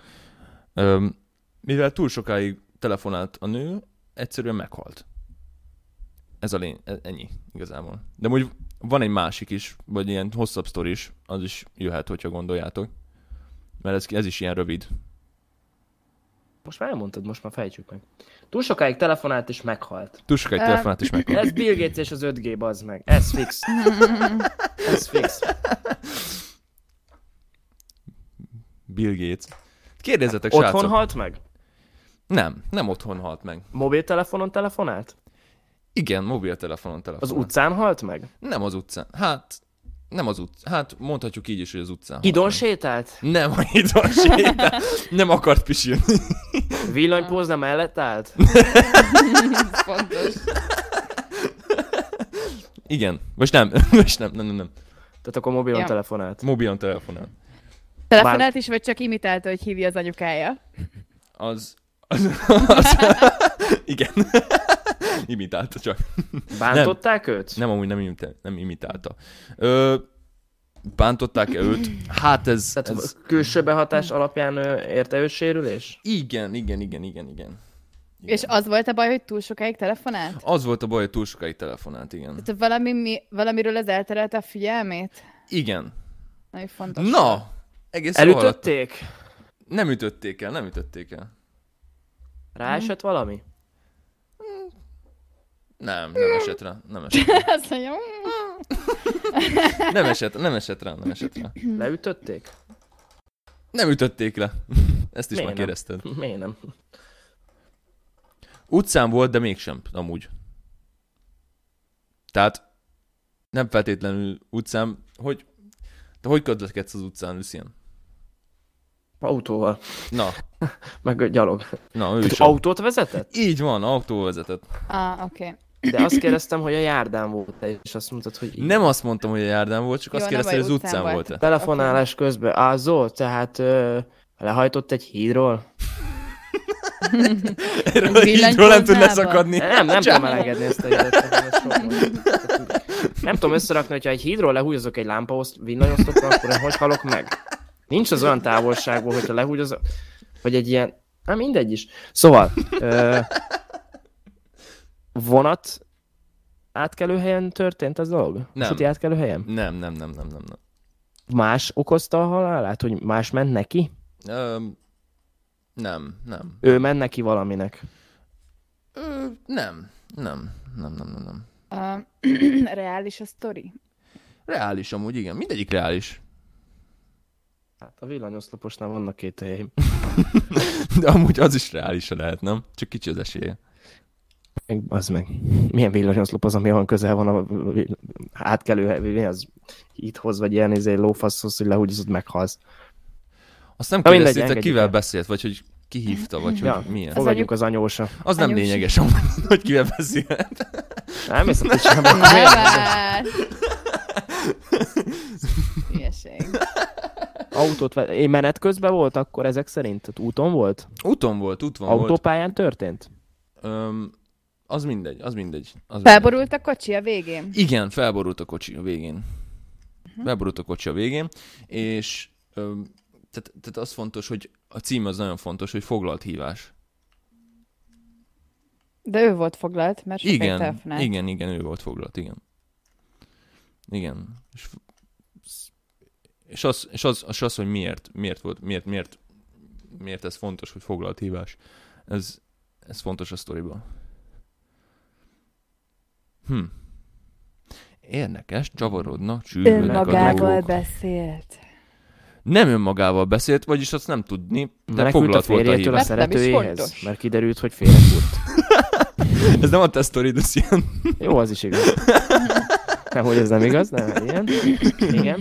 Mivel túl sokáig telefonált a nő, egyszerűen meghalt. Ez a ennyi igazából. De úgy van egy másik is, vagy ilyen hosszabb sztori is, az is jöhet, hogyha gondoljátok. Mert ez is ilyen rövid. Most már elmondtad, most már fejtsük meg. Túl sokáig telefonált és meghalt. Túl sokáig telefonált és meghalt. Ez Bill Gates és az 5G, bazd meg. Ez fix. Ez fix. Bill Gates. Kérdezzetek, srácok. Otthon halt meg? Nem otthon halt meg. Mobiltelefonon telefonált? Igen, mobiltelefonon telefonált. Az utcán halt meg? Nem az utcán. Hát, Nem az utcán. Hát mondhatjuk így is, hogy az utcán. Hidon sétált? Nem a hidon sétált. Nem akart pisilni. Villanypózna mellett állt? Ez fontos. Igen. Most nem. Most nem. Tehát akkor mobilon Ja. telefonált. Mobilon telefonál. Telefonált is, vagy csak imitálta, hogy hívja az anyukája? Az igen. Imitálta csak. Bántották őt? Nem, amúgy nem imitálta. Bántották-e őt? Hát ez... Tehát külső behatás alapján érte őt sérülés? Igen. És az volt a baj, hogy túl sokáig telefonált? Az volt a baj, hogy túl sokáig telefonált, igen. Tehát valamiről ez elterelte a figyelmét? Igen. Nagyon fontos. Na! Egész jól hallottam. Elütötték? Nem ütötték el. Ráesett valami? Nem esett rá. Azt mondja, Nem esett rá. Leütötték? Nem ütötték le. Ezt is Miért nem? megkérdezted. Miért nem? Utcán volt, de mégsem, amúgy. Tehát nem feltétlenül utcán, te hogy közlekedsz az utcán, Lucien? Autóval. Na, Meg gyalog. ő És is. autót vezetett? Így van, autó vezetett. oké. De azt kérdeztem, hogy a járdán volt, és azt mondtad, hogy Nem azt mondtam, hogy a járdán volt, csak Jó, azt nem kérdezte, hogy az baj, utcán utcán volt. volt-e. telefonálás közben. Zó, tehát lehajtott egy hídról? Erről a hídról nem tud leszakadni. Nem tudom elengedni ezt a híret. Nem tudom összerakni, hogyha egy hídról lehúgyozok egy villanyosztopra, akkor én hogy halok meg? Nincs az olyan távolságból, hogyha lehúgyozok, vagy egy ilyen... mindegy is. Szóval, vonat átkelőhelyen történt ez dolog? Nem. Vasúti átkelőhelyen? Nem. Más okozta a halálát? Hogy más ment neki? Nem. Ő ment neki valaminek. Nem. Reális a sztori? Reális amúgy, igen. Mindegyik reális. Hát a villanyoszloposnál vannak kételjeim. De amúgy az is reális lehet, nem? Csak kicsi az esélye. Az meg. Milyen villanyoszlop az, ami olyan közel van a átkelő, mi az hídhoz, vagy ilyen lófaszhoz, hogy lehúgyozod, meghalsz. Azt nem mindegy, kérdeztétek, engedjük kivel el. beszélt, vagy hogy ki hívta, vagy Ja, hogy milyen. fogadjuk az anyósa. Az nem anyós- lényeges, amúgy, hogy kivel beszélt. Nem hiszem, hogy sem. Nem. Hülyeség. Én menet közben volt akkor ezek szerint? Tehát úton volt? Úton volt. Autópályán történt? Az mindegy. Felborult a kocsi a végén? Igen, felborult a kocsi a végén. Felborult a kocsi a végén, és tehát az fontos, hogy a cím az nagyon fontos, hogy foglalt hívás. De ő volt foglalt, mert sokáig telefonált. Igen, ő volt foglalt, igen. És az, hogy miért ez fontos, hogy foglalt hívás. Ez fontos a sztoriban. Érdekes, csavarodnak, csűrülnek a Önmagával dolgok. beszélt. Nem önmagával beszélt, vagyis azt nem tudni, de Menekült a foglalt volt a férjétől a hívás. Nem is szeretőjéhez, fontos. mert kiderült, hogy félrefut. Ez nem a te sztorid, ez ilyen. Jó, az is igaz. Nem, hogy ez nem igaz, de ilyen. Igen.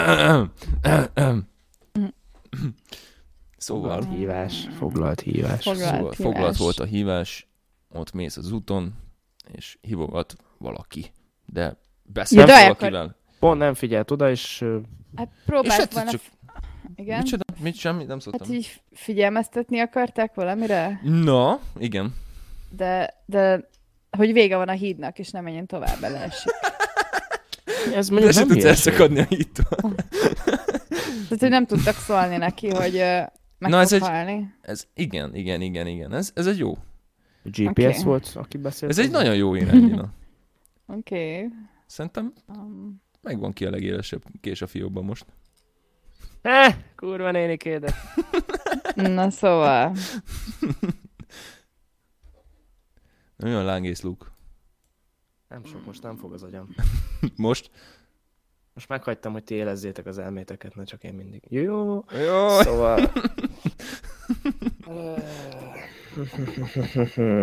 Szóval, Foglalt hívás. foglalt volt a hívás, ott mész az úton, és hívogat valaki. De beszél Ja, de valakivel. Pont nem figyelt oda, és Hát És próbált hát volna... csak... Igen? Micsoda? Semmi? Nem Hát szóltam. így figyelmeztetni akarták valamire? Na, igen. De hogy vége van a hídnak, és nem menjen tovább, beleesik. ez De mondjuk se nem tudsz hülyeség. elszakadni a hittől. Tehát, hogy nem tudtak szólni neki, hogy meg Na, ez fog egy- halni. Ez igen. Ez egy jó. GPS Oké. volt, aki beszélt. Ez egy nagyon jó irány, Nina. Oké. Szerintem megvan ki a legélesebb kés a fiókban most. Kurva nénikéde. Na szóval. Olyan lángész Luke. Nem sok, most nem fog az agyam. Most? Most meghagytam, hogy ti élezzétek az elméteket, ne csak én mindig. Jó. Jaj. Szóval...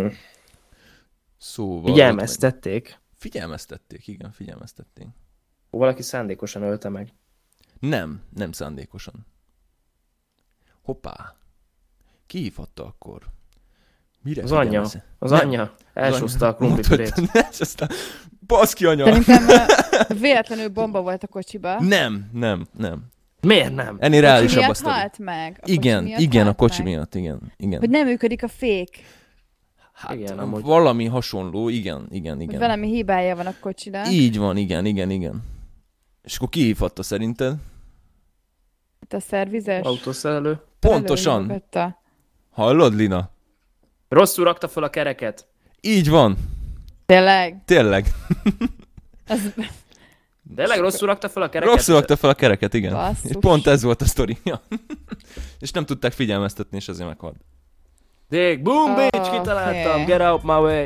Szóval... Figyelmeztették. Figyelmeztették, igen, figyelmeztették. Valaki szándékosan ölte meg. Nem szándékosan. Hoppá. Ki hívhatta akkor? Mire Az anyja. figyelmezze? Az Nem. anyja. Elsúszta a krumplipürét. Aztán baszki anya! Szerintem véletlenül bomba volt a kocsiba. Nem. Miért nem? Ennél A kocsi reálisabb a miatt sztori. halt meg. Igen, a kocsi miatt, igen. Hogy nem működik a fék. Hát, Igen, amúgy. valami hasonló, igen. Hogy valami hibája van a kocsinak. Így van, igen. És akkor ki hívhatta szerinted? A szervizes. Autószerelő. Pontosan. Előnyögette. Hallod, Lina? Rosszul rakta fel a kereket. Így van. Tényleg? Az... Tényleg rosszul rakta fel a kereket? Rosszul rakta fel a kereket, igen. Basszus. És pont ez volt a sztori. Ja. És nem tudták figyelmeztetni, és azért meghalt. Dig, boom, bitch, Okay. kitaláltam, get out my way.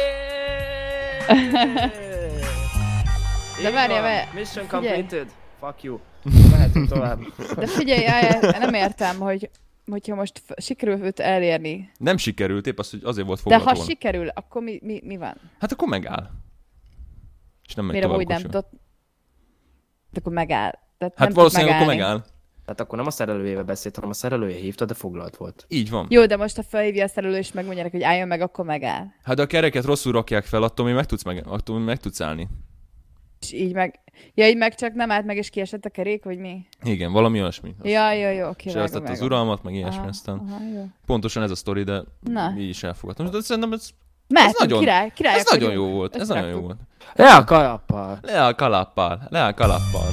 De várjál, Mission figyelj. completed. Fuck you. Mehetünk tovább. De figyelj, nem értem, hogyha most sikerül őt elérni. Nem sikerült, épp az, hogy azért volt De foglalva. ha sikerül, akkor mi van? Hát akkor megáll. És nem megy Mire tovább úgy nem kocsival. tudott? De akkor megáll. Tehát Hát nem valószínűleg tud akkor megállni. megáll. Tehát akkor nem a szerelőjével beszélt, hanem a szerelője hívta, de foglalt volt. Így van. Jó, de most ha felhívja a szerelő és megmondja neki, hogy álljon meg, akkor megáll. Hát de a kereket rosszul rakják fel, attól még meg tudsz állni. És így meg... Ja, így meg csak nem állt meg, és kiesett a kerék, vagy mi? Igen, valami olyasmi. Ja, jó, oké. És elvesztette az uralmat, meg ilyesmi, aztán Jó. pontosan ez a sztori, de Na. mi is elfogadtam. De szerintem ez Mehetünk, nagyon- király. ez nagyon jó volt, ez nagyon jó volt. Le a kalappal. Le a kalappal.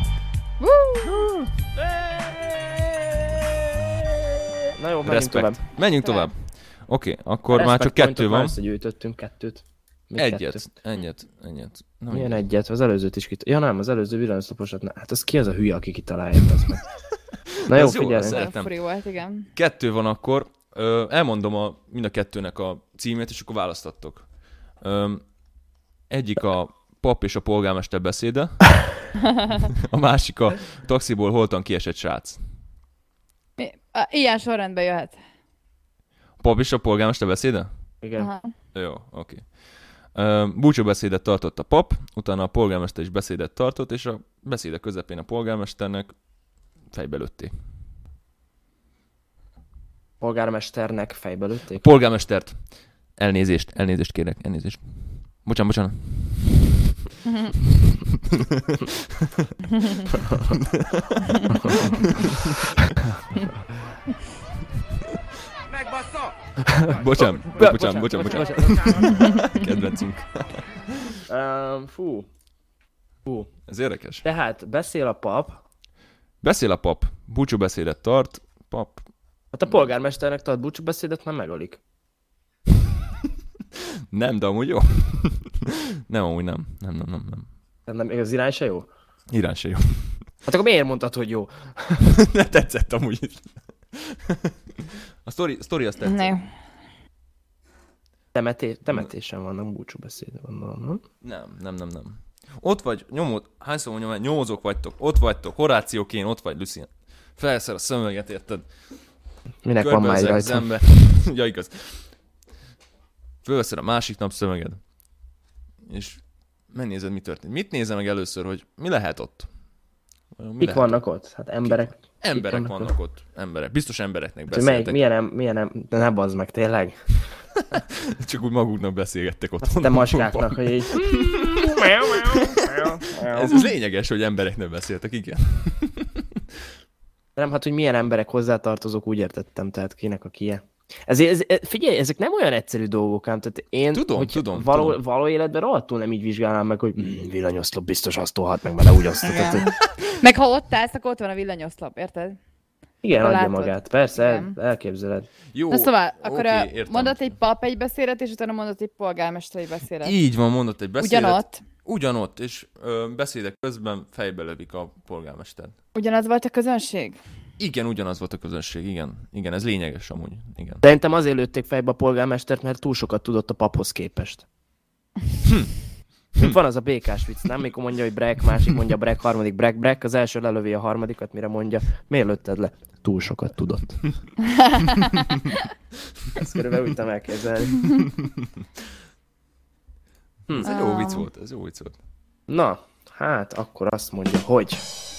Na jó, menjünk Respekt. tovább. Menjünk tovább. Oké, akkor már csak Respect 2 pointot van. már összegyűjtöttünk 2-t. Még 2. Egyet. Na, Milyen mindegy. egyet? Az előzőt is Ja nem, az előző villanyszloposat. Hát az ki az a hülye, aki kitalálja azt meg? Na jó, Ez jó, figyelj. az Nagyon Értem. furi volt, igen. 2 van akkor. Elmondom mind a 2-nek a címét, és akkor választattok. Egyik a pap és a polgármester beszéde. A másik a taxiból holtan kiesett srác. Ilyen sorrendben jöhet. A pap és a polgármester beszéde? Igen. Aha. Jó, oké. Búcsúbeszédet tartott a pap, utána a polgármester is beszédet tartott, és a beszéde közepén a polgármesternek fejbe lőtték. Polgármesternek fejbe lőtték. Polgármestert, elnézést kérek, elnézést. Bocsánat. Bocsánat. Kedvencünk. Fú. Ez érdekes. Tehát beszél a pap. Beszél a pap, búcsúbeszédet tart, pap. Hát a polgármesternek tart búcsúbeszédet, már megölik. Nem, de amúgy jó. Nem, amúgy nem. Nem, még az irány se jó? Irány se jó. Hát akkor miért mondtad, hogy jó? Ne tetszett amúgy is. A sztori azt tetszett. Ne. Temetésen vannak búcsúbeszéde, gondolom, nem? Nem. Ott vagy, hányszor mondjam el, nyomozók vagytok, ott vagytok, Horációként, ott vagy, Lucien. Felszer a szemüveget, érted? Minek van máj Körbeözelek az rajta? ember. Ja, igaz. Fölveszed a másik nap szemüveged. És megnézed, mi történt. Mit nézem meg először, hogy mi lehet ott? Mi Mik lehet vannak ott? Hát emberek. Emberek Kik vannak ott. Emberek. Biztos embereknek Melyik, beszéltek. milyen de ne bazd meg, tényleg. Csak úgy maguknak beszélgettek otthon. Te maskáknak, hogy így... Ez lényeges, hogy embereknek beszéltek, igen. Nem, hát, hogy milyen emberek hozzátartozók, úgy értettem, tehát kinek a kie. Figyelj, ezek nem olyan egyszerű dolgok, ám, tehát én Tudom. való életben rohadtul nem így vizsgálnám meg, hogy villanyoszlop biztos azt tolhat meg, mert úgy osztott. Meg ha ott állsz, akkor ott van a villanyoszlop, érted? Igen, Ha adja látod. magát, persze, Igen. elképzeled. Jó, Na szóval, akkor értem. mondott egy pap egy beszédet, és utána mondott egy polgármester egy beszédet. Így van, mondott egy beszédet. Ugyanott. És beszédek közben fejbe lövik a polgármester. Ugyanaz volt a közönség? Igen, ugyanaz volt a közönség, igen. Igen, ez lényeges amúgy, igen. Szerintem azért lőtték fejbe a polgármestert, mert túl sokat tudott a paphoz képest. Mint van az a békás vicc, nem? Mikor mondja, hogy break, másik mondja break, harmadik break, az első lelövi a harmadikat, mire mondja, miért lőtted le? Túl sokat tudott. Ezt körülbelül úgy tudom elképzelni. Ez egy jó vicc volt, ez jó vicc volt. Na, Hát, akkor azt mondja, hogy...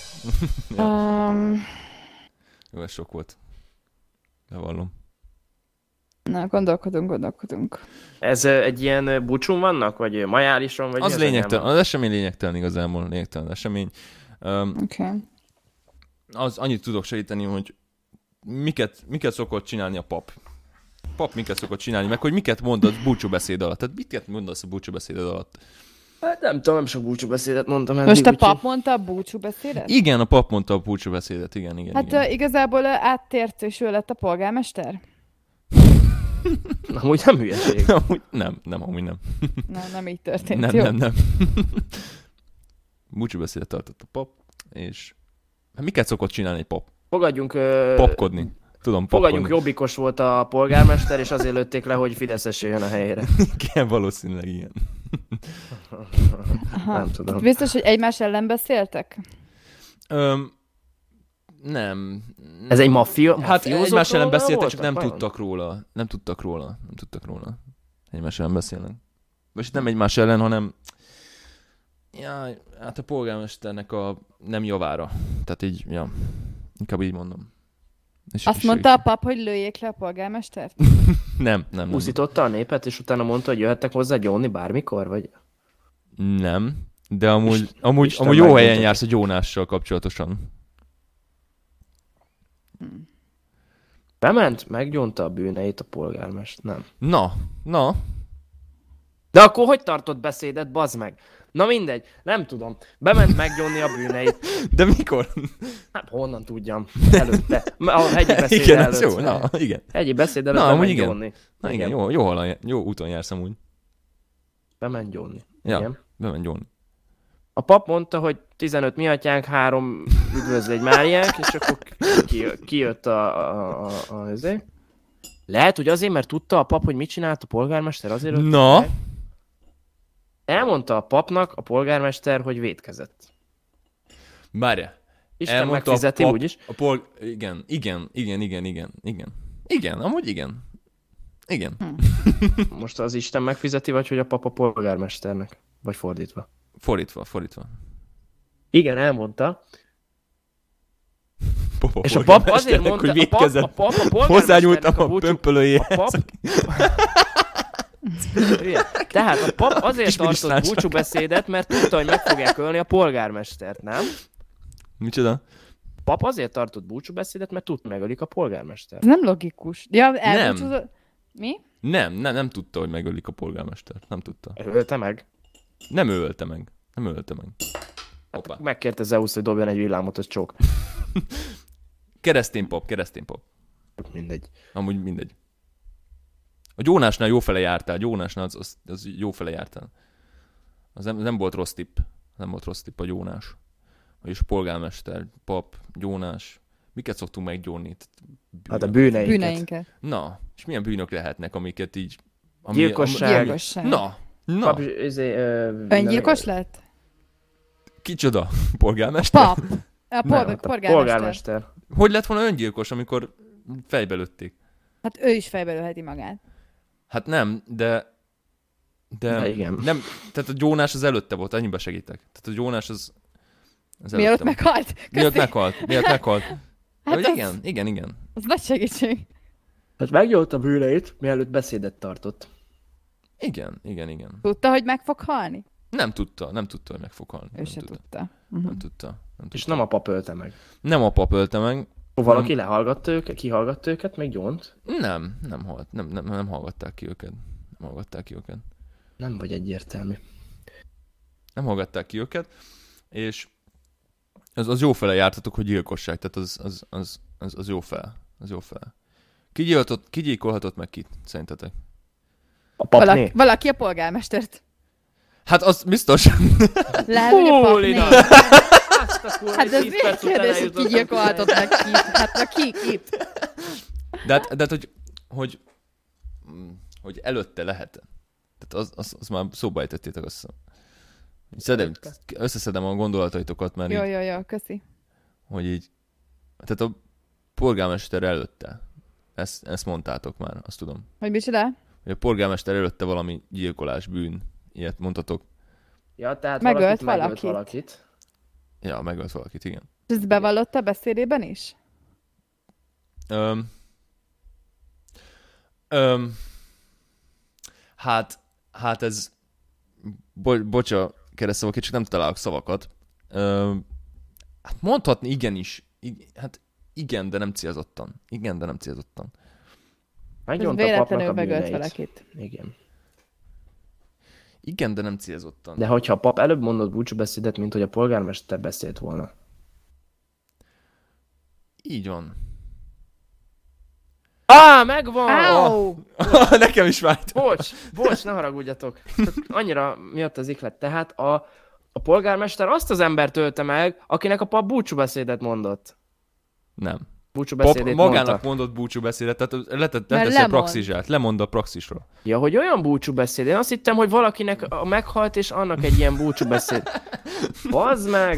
Jó, ez sok volt. Bevallom. Na, gondolkodunk. Ez egy ilyen búcsún vannak? Vagy majálison? Vagy Az lényegtelen. Az esemény lényegtelen igazából. Lényegtelen esemény. Oké. Az annyit tudok segíteni, hogy miket szokott csinálni a pap. Pap miket szokott csinálni, meg hogy miket mondasz búcsúbeszéd alatt. Tehát miket mondasz a búcsúbeszéd alatt? Hát nem tudom, nem sok búcsúbeszédet mondtam eddig. Most a pap mondta a búcsúbeszédet? Igen, a pap mondta a búcsúbeszédet, igen. Hát igazából áttért, és ő lett a polgármester? Amúgy nem hülyeség. Amúgy nem. Nem így történt, jó? Nem. Búcsúbeszédet tartott a pap, és hát miket szokott csinálni egy pap? Fogadjunk... Popkodni. Tudom, fogadjunk, jobbikos volt a polgármester, és azért lőtték le, hogy Fideszes jöjjön a helyére. Igen, valószínűleg igen. Nem tudom. Biztos, hogy egymás ellen beszéltek? Nem. Ez egy mafiózókról Hát egymás ellen beszéltek, csak voltak, nem vajon? tudtak róla. Egymás ellen beszélnek. Most nem egymás ellen, hanem hát a polgármesternek a nem javára. Tehát így, inkább így mondom. És azt mondta a pap, hogy lőjék le a polgármestert? Nem. Úszította a népet, és utána mondta, hogy jöhettek hozzá gyónni bármikor, vagy? Nem, de amúgy jó helyen jársz a gyónással kapcsolatosan. Bement, meggyónta a bűneit a polgármester, nem. Na. De akkor hogy tartott beszédet, bazd meg? Na mindegy, nem tudom. Bement meggyónni a bűneit. De mikor? Hát honnan tudjam? Előtte. A hegyi beszéd igen, előtt. jó, igen. Hegyi beszéd előtt amúgy bement igen. gyónni. Na igen, jó úton jársz amúgy. Bement gyónni. Ja, Igen. bement gyónni. A pap mondta, hogy 15 mi atyánk, 3 üdvözlégy Máriánk, és akkor kijött azért. Lehet, hogy azért, mert tudta a pap, hogy mit csinált a polgármester, azért Na? Elmondta a papnak a polgármester, hogy vétkezett. Várja. Isten megfizeti, úgyis. Igen, amúgy igen. Igen. Most az Isten megfizeti, vagy hogy a pap a polgármesternek? Vagy fordítva? Fordítva. Igen, elmondta. Papa És a pap azért mondta, hogy vétkezett. a pap hozzányúltam a pömpölőjéhez. Tehát a pap azért tartott búcsúbeszédet, mert tudta, hogy meg fogják ölni a polgármestert, nem? Micsoda? A pap azért tartott búcsúbeszédet, mert tudta, megölik a polgármestert. Ez nem logikus. Ja, nem. Mi? Nem tudta, hogy megölik a polgármestert. Nem tudta. Ölte meg? Nem ölte meg. Hát megkérte Zeus, hogy dobjon egy villámot, az csók. Keresztény pap. Mindegy. Amúgy mindegy. A gyónásnál jófele jártál. Gyónásnál az jófele jártál. Az nem volt rossz tipp. Nem volt rossz tipp a gyónás. Vagyis polgármester, pap, gyónás. Miket szoktunk meggyónni? Hát a bűneinket. Na, és milyen bűnök lehetnek, amiket így... Gyilkosság. Na. Pap, öngyilkos lett? Kicsoda? Polgármester? Pap. A polgármester. Hogy lett volna öngyilkos, amikor fejbe lőtték? Hát ő is fejbe lőheti magát. Hát nem, de igen. Nem, tehát a gyónás az előtte volt, ennyibe segítek. Tehát a gyónás az mielőtt meghalt? Miatt meghalt. Hát az, igen. Az nagy segítség. Hát meggyólt a bűneit, mielőtt beszédet tartott. Igen. Tudta, hogy meg fog halni? Nem tudta, hogy meg fog halni. Ő se tudta. Nem tudta. És nem a pap ölte meg. Nem a pap ölte meg. Valaki lehallgatta őket, kihallgatta őket, meg gyónt? Nem halt. Nem hallgatták ki őket. Nem vagy egyértelmű. Nem hallgatták ki őket, és az jó fele jártatok, hogy gyilkosság, tehát az jó fel. Az jó fel. Ki gyilkolhatott meg kit, szerintetek? A papné? Valaki a polgármestert. Hát az biztos. Lehet, hogy a papné. Hát ez miért kérdés, hogy ki gyilkolhatott meg kit? Hát na kit? De hogy előtte lehet. Tehát az már szóba ejtettétek, azt hiszem. Összeszedem a gondolataitokat, mert Jó, köszi. Hogy így, tehát a polgármester előtte. Ezt mondtátok már, azt tudom. Hogy micsoda? Hogy a polgármester előtte valami gyilkolás, bűn, ilyet mondtatok. Ja, tehát Megölt megölt valakit. valakit. Ja, megölt valakit, igen. Ez bevallotta a beszédében is? Öm, öm, hát ez... Bocsa, keresztszavak, csak nem találok szavakat. Hát mondhatni igenis. Hát igen, de nem célzottan. Igen, de nem célzottan. Ez Megnyomta a papnak véletlenül a megölt bűneit. valakit. Igen. Igen, de nem célzottan. De hogyha a pap előbb mondott búcsúbeszédet, mint hogy a polgármester beszélt volna. Így van. Megvan! Áó! Nekem is vált. Bocs, ne haragudjatok. Csak annyira miatt az iklet. Tehát a polgármester azt az embert ölte meg, akinek a pap búcsúbeszédet mondott. Nem. Pap Búcsúbeszédét magának mondta. mondott búcsúbeszédet, tehát leteszi a lemond. praxisát, lemond a praxisról. Ja, hogy olyan búcsúbeszéd. Én azt hittem, hogy valakinek meghalt, és annak egy ilyen búcsúbeszéd. Bazd meg!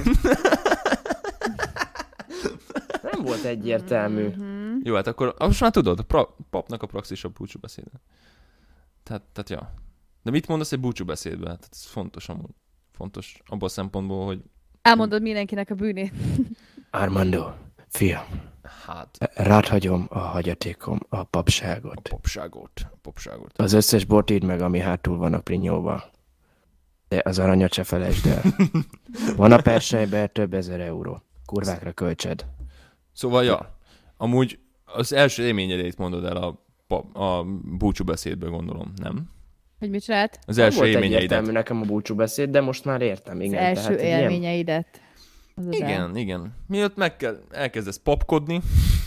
Nem volt egyértelmű. Jó, hát akkor most már tudod, papnak a praxis a búcsúbeszéde. Tehát ja. De mit mondasz egy búcsúbeszédbe? Hát ez fontos amúgy. Fontos abban a szempontból, hogy Elmondod mindenkinek a bűnét. Armando, fiam, hát rád hagyom a hagyatékom, a papságot. popságot. Az összes bort idd meg, ami hátul van a prinyóban. De az aranyat se felejtsd el. Van a persejben több ezer euró. Kurvákra költsed. Szóval ja, amúgy az első élményedét mondod el a búcsúbeszédből, gondolom, nem? Hogy mit csinált? Az Nem első volt élményeidet. egyértelmű nekem a búcsúbeszéd, de most már értem. Az Igen, első tehát egy ilyen... élményeidet. Az az Igen. Mielőtt elkezdesz papkodni,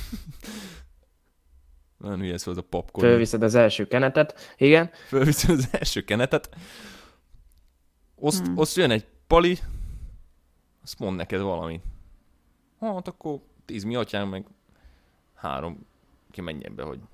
nagyon hülye szó az a papkodni. Fölviszed az első kenetet. Igen. Fölviszed az első kenetet, azt jön egy pali, azt mond neked valamit. Hát akkor 10 mi atyám, meg 3 ki menjen be, hogy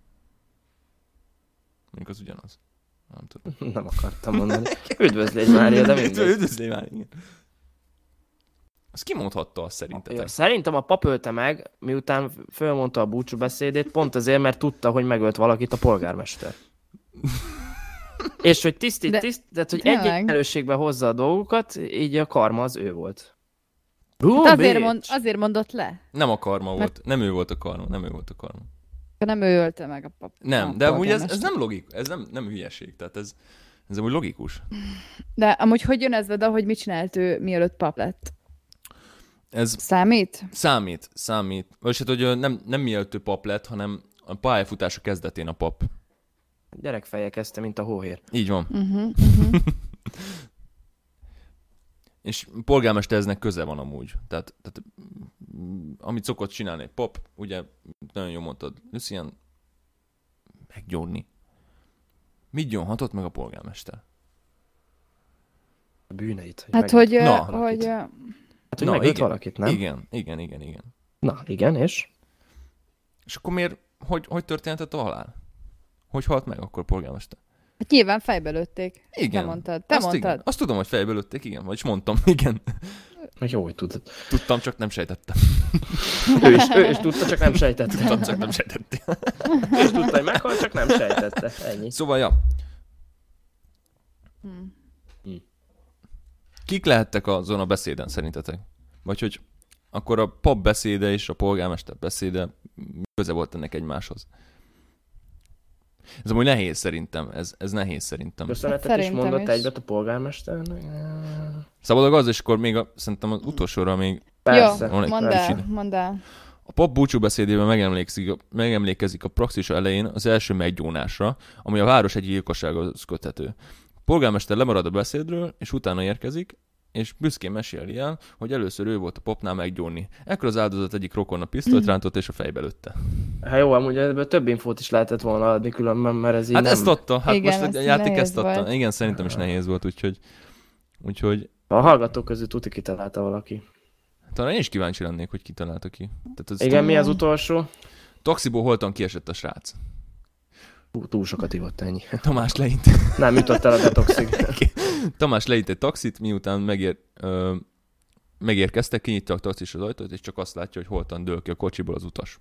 mondjuk az ugyanaz. Nem tudom. Nem akartam mondani. Üdvözlégy Mária, de mindegy. Üdvözlé már, igen. Azt kimondhatta azt szerintetek? Ja, szerintem a pap ölte meg, miután fölmondta a búcsúbeszédét, pont azért, mert tudta, hogy megölt valakit a polgármester. És hogy tehát hogy tényleg? egyenlőségben hozza a dolgokat, így a karma az ő volt. Hát azért mondott le. Nem a karma volt. Nem ő volt a karma. Nem ő ölte meg a pap. Nem, a de amúgy ez polgármester. nem logik, ez nem hülyeség, tehát ez amúgy logikus. De amúgy hogy jön ez vele, hogy mit csinált ő, mielőtt pap lett? Ez Számít? számít. Vagyis hát, hogy nem mielőtt ő pap lett, hanem a pályafutása kezdetén a pap. Gyerekfeje kezdte, mint a hóhér. Így van. És polgármestereznek köze van amúgy. Tehát amit szokott csinálni egy pap, ugye nagyon jól mondtad, Lucien, meggyónni. Mit gyónhatott meg a polgármester? A bűneit. Hát, hogy megölt valakit, nem? Igen. Na, igen, és? És akkor miért, hogy történhetett a halál? Hogy halt meg akkor a polgármester? Hát nyilván fejbe lőtték. Igen. Te mondtad. Igen. Azt tudom, hogy fejbe lőtték, igen. Vagyis mondtam, igen. Jó, hogy tudod. Tudtam, csak nem sejtettem. Ő is tudta, csak nem sejtette. Tudtam, csak nem sejtettem. Ő is tudta, hogy meghalt, csak nem sejtette. Ennyi. Szóval, ja. Kik lehettek azon a beszéden szerintetek? Vagy hogy akkor a pap beszéde és a polgármester beszéde köze volt ennek egymáshoz? Ez amúgy nehéz szerintem. Ez nehéz szerintem. Köszönetet is Szerintem mondott is. egyet a polgármesternek. Szabad az, és akkor még szerintem az utolsóra még Persze. Jó, Van egy mondd el. a pap búcsúbeszédében megemlékezik a praxis elején az első meggyónásra, ami a város egy gyilkossághoz köthető. A polgármester lemarad a beszédről, és utána érkezik, és büszkén meséli el, hogy először ő volt a papnál meggyónni. Ekkor az áldozat egyik rokon a pisztolyt rántott, és a fejbe lőtte. Hát jó, amúgy ebből több infót is lehetett volna adni különben, mert ez így Hát nem... ezt adta, hát Igen, most a ez játék nehéz ezt adta. volt. Igen, szerintem is nehéz volt, úgyhogy A hallgatók közül tuti kitalálta valaki. talán én is kíváncsi lennék, hogy kitalálta ki. Tehát ez Igen, mi az utolsó? Taxiból holtan kiesett a srác. Túl sokat ivott, ennyi. Tamás leint. Nem jutott el a detoxig. Tamás leint egy taxit, miután megérkeztek, kinyitja a taxis az ajtót, és csak azt látja, hogy holtan dől ki a kocsiból az utas.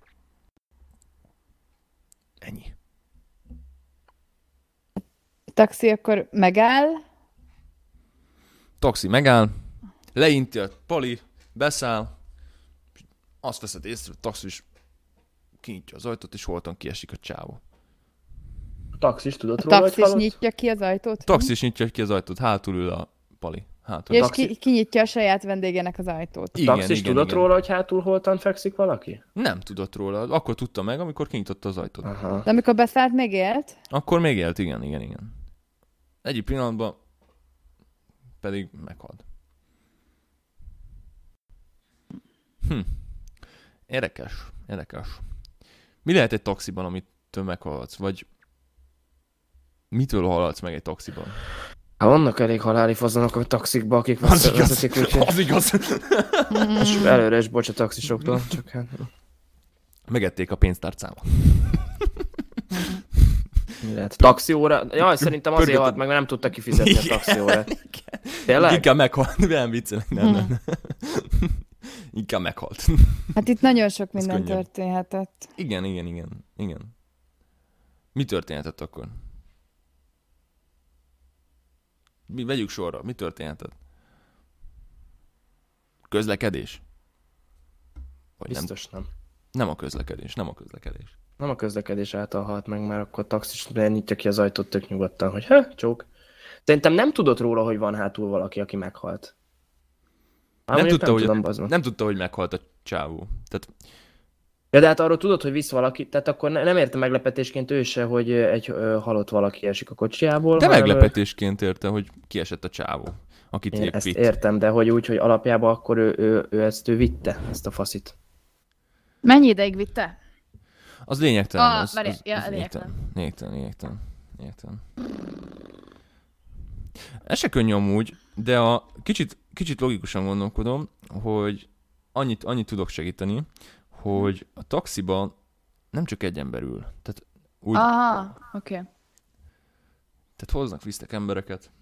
Ennyi. A taxi akkor megáll, Taxi megáll, leinti a Pali, beszáll, azt veszed észre, a taxis kinyitja az ajtót, és holtan kiesik a csávó. A taxis tudott A róla, hogy taxis halott? nyitja ki az ajtót? Taxis nyitja ki az ajtót, hátul ül a Pali. Hátul. És taxi- kinyitja a saját vendégének az ajtót. A taxis tudott róla, hogy hátul holtan fekszik valaki? Nem tudott róla. Akkor tudta meg, amikor kinyitotta az ajtót. Aha. De amikor beszállt, még élt? Akkor még élt, igen. Egyik pillanatban pedig meghalt. Érdekes. Mi lehet egy taxiban, amitől meghalsz? Vagy mitől halsz meg egy taxiban? Hát vannak elég haláli fazonok a taxikba, akik vezetik, úgyhogy... Az igaz. És előre is bocs a taxisoktól, csak hát... Megették a pénztárcámat. Mi lehet? Taxióra? Jaj, szerintem azért halt meg, mert nem tudta kifizetni a taxiórát. Tényleg? Inkább meghalt. Nem viccelek, nem. Inkább meghalt. Hát itt nagyon sok minden könnyebb. történhetett. Igen. Mi történhetett akkor? Vegyük sorra. Mi történhetett? Közlekedés? Vagy Biztos nem. Nem a közlekedés. Nem a közlekedés által halt meg, mert akkor a taxis nyitja ki az ajtót tök nyugodtan, hogy csók. Szerintem nem tudott róla, hogy van hátul valaki, aki meghalt. Nem tudta, hogy meghalt a csávó. Tehát... Ja, de hát arról tudod, hogy visz valaki, tehát akkor nem érte meglepetésként ő se, hogy egy halott valaki esik a kocsiából. De meglepetésként érte, hogy kiesett a csávó, akit épp ezt vitt. értem, de hogy úgy, hogy alapjában akkor ő ezt vitte, ezt a faszit. Mennyi ideig vitte? Az lényegtelen. Lényegtelen. Ez se könnyű amúgy, de kicsit logikusan gondolkodom, hogy annyit tudok segíteni, hogy a taxiban nem csak egy ember ül. Tehát úgy, Aha, oké. Tehát hoznak, visznek embereket.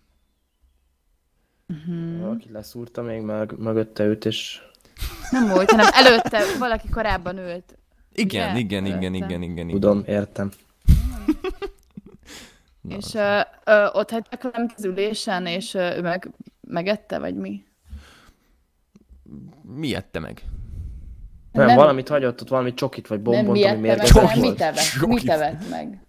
Valaki leszúrta még mögötte őt, és... Nem úgy, hanem előtte valaki korábban ült. Igen. Tudom, értem. És ott hagyták valamit az ülésen, és ő megette, vagy mi? Mi ette meg? Nem, valamit hagyott ott, valami csokit, vagy bombont, ami mérgezett volt. Mit evett meg?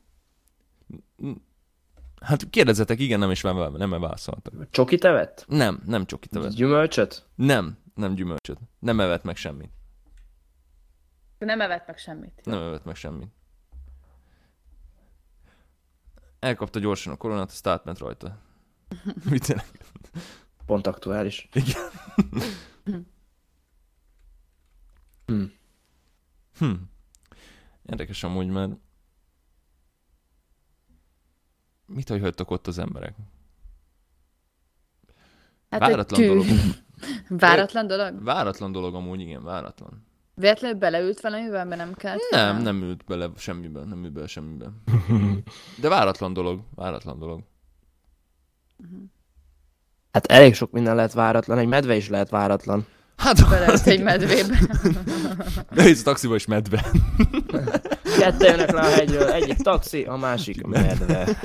Hát kérdezzetek, igen, nem válaszoltak. Csokit evett? Nem csokit evett. Gyümölcsöt? Nem gyümölcsöt. Nem evett meg semmit. Nem evett meg semmit. Elkapta gyorsan a koronát, azt átment rajta. Mit Pont aktuális. Igen. Érdekes amúgy, mert mit hagyhattak ott az emberek? Hát váratlan dolog. Váratlan dolog? Váratlan dolog amúgy, igen, váratlan. Véletlenül beleült valamiben, mert nem kellett? Nem ült bele semmiben, De váratlan dolog. Hát elég sok minden lehet váratlan, egy medve is lehet váratlan. Hát beleült egy medvébe. Bejössz a taxiba és medve. Ketten jönnek le a hegyről, egyik taxi, a másik medve.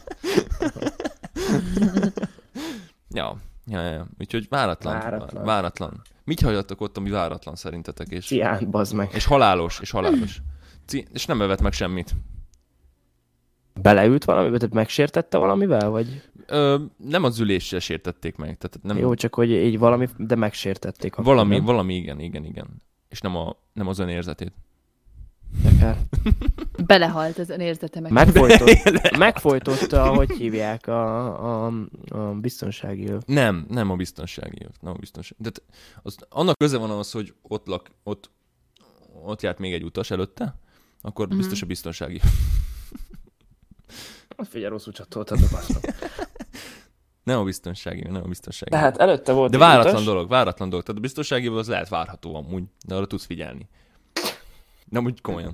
Ja. Úgyhogy váratlan. Mit hagyhattak ott, ami váratlan szerintetek? És... Cián, bazd meg. És halálos. És nem evett meg semmit. Beleült valamivel? Tehát megsértette valamivel, vagy? Nem az üléssel sértették meg. Tehát nem... Jó, csak hogy így valami, de megsértették. Valami, igen. És nem az önérzetét. Belehalt az önérzete meg. Megfojtotta, hogy hívják a biztonsági öv. Nem a biztonsági öv. De annak köze van az, hogy ott járt még egy utas előtte, akkor biztos a biztonsági öv. Figyelj, rosszul csatoltad, baszom. Nem a biztonsági. De hát előtte volt. De váratlan dolog. Tehát a biztonsági öv az lehet várható amúgy, de arra tudsz figyelni. Nem úgy komolyan.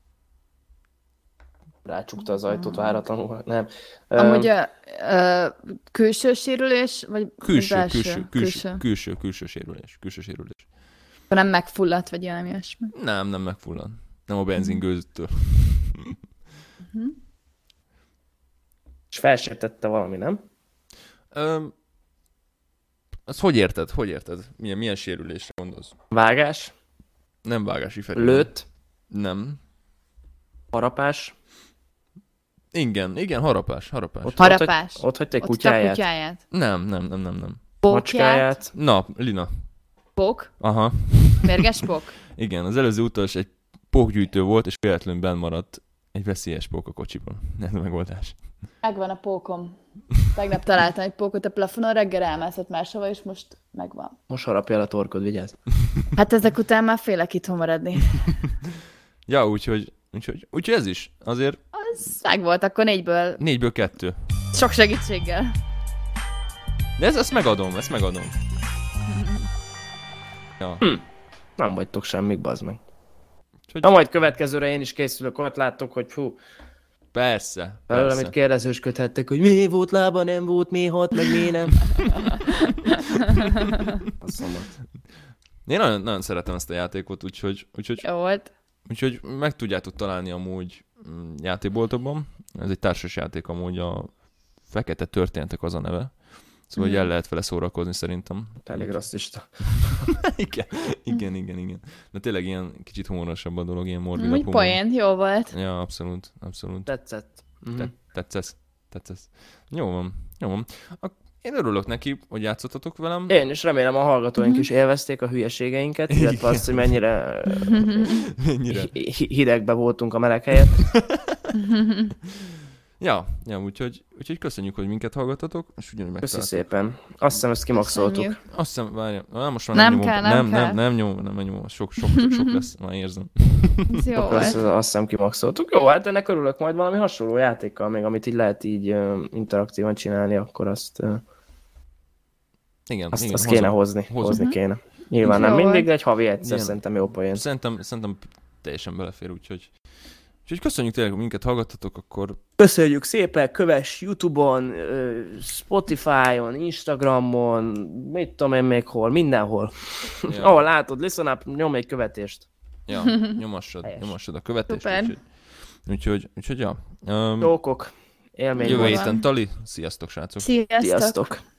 Rácsukta az ajtót váratlanul, nem. Amúgy külső sérülés, vagy külső sérülés. Nem megfulladt, vagy valami ilyesmi. Nem megfulladt. Nem a benzingőztől. És felsértette valami, nem? Azt hogy érted? Hogy érted? Milyen sérülésre gondolsz? Vágás, Nem vágási felül. lőtt, Nem. harapás. Igen, harapás. Harapás. Ott hagyta egy Ott kutyáját. kutyáját. Nem. Pókját. Macskáját. Na, Lina. Pók. Aha. Mérges pók. Igen, az előző utas egy pókgyűjtő volt, és véletlenül benn maradt egy veszélyes pók a kocsiban. Ez a megoldás. Megvan a pókom. Tegnap találtam egy pókot a plafonon, reggel elmászott máshova, és most megvan. Most harapja el a torkod, vigyázz. Hát ezek után már félek itthon maradni. Ja, úgyhogy ez is. Azért Az megvolt, akkor 4-ből 4-ből 2. sok segítséggel. De ezt megadom. Ja. Nem vagytok semmik, bazd meg. Úgyhogy Na majd következőre én is készülök, ott láttok, hogy fú, persze. belőle, amit kérdezősködhettek, hogy mi volt lába, nem volt, mi hat, meg mi nem. Asszomat. Én nagyon szeretem ezt a játékot, úgyhogy Jó volt. meg tudjátok találni amúgy játékboltokban. Ez egy társas játék amúgy, a Fekete Történetek az a neve. Szóval hogy el lehet vele szórakozni szerintem. Elég rasszista. Igen. De tényleg ilyen kicsit humorosabb a dolog, ilyen morbid. Úgy poén, jó volt. Ja, abszolút. Tetszett. Tetszesz. Jó van. Én örülök neki, hogy játszottatok velem. Én is remélem a hallgatóink is élvezték a hülyeségeinket, illetve azt, hogy mennyire hidegbe voltunk a meleg helyett. Ja, úgyhogy köszönjük, hogy minket hallgattatok, és ugyanúgy Köszi megtaláltok. szépen. Azt hiszem, ezt kimaxoltuk. Köszönjük. Azt hiszem, várjál, most már Nem nyomom. kell. Nem nyomom, sok lesz, már érzem. Ez jó Akkor azt volt. hiszem kimaxoltuk. Jó, hát ennek örülök, majd valami hasonló játékkal még, amit így lehet így interaktívan csinálni, akkor azt Igen, kéne hozni kéne. Nyilván nem Jó mindig, volt. de egy havi egyszer Igen. szerintem jó poén. Szerintem teljesen belefér, úgyhogy köszönjük tényleg, hogy minket hallgattatok, akkor Köszönjük szépen, kövess YouTube-on, Spotify-on, Instagramon, mit tudom én még hol, mindenhol. ja, Ahol látod, listen up, nyomj egy követést. nyomassad a követést. Szuper. Úgyhogy ja. Jókok, élmény Jövő volt. héten Tali, sziasztok srácok! Sziasztok. Sziasztok!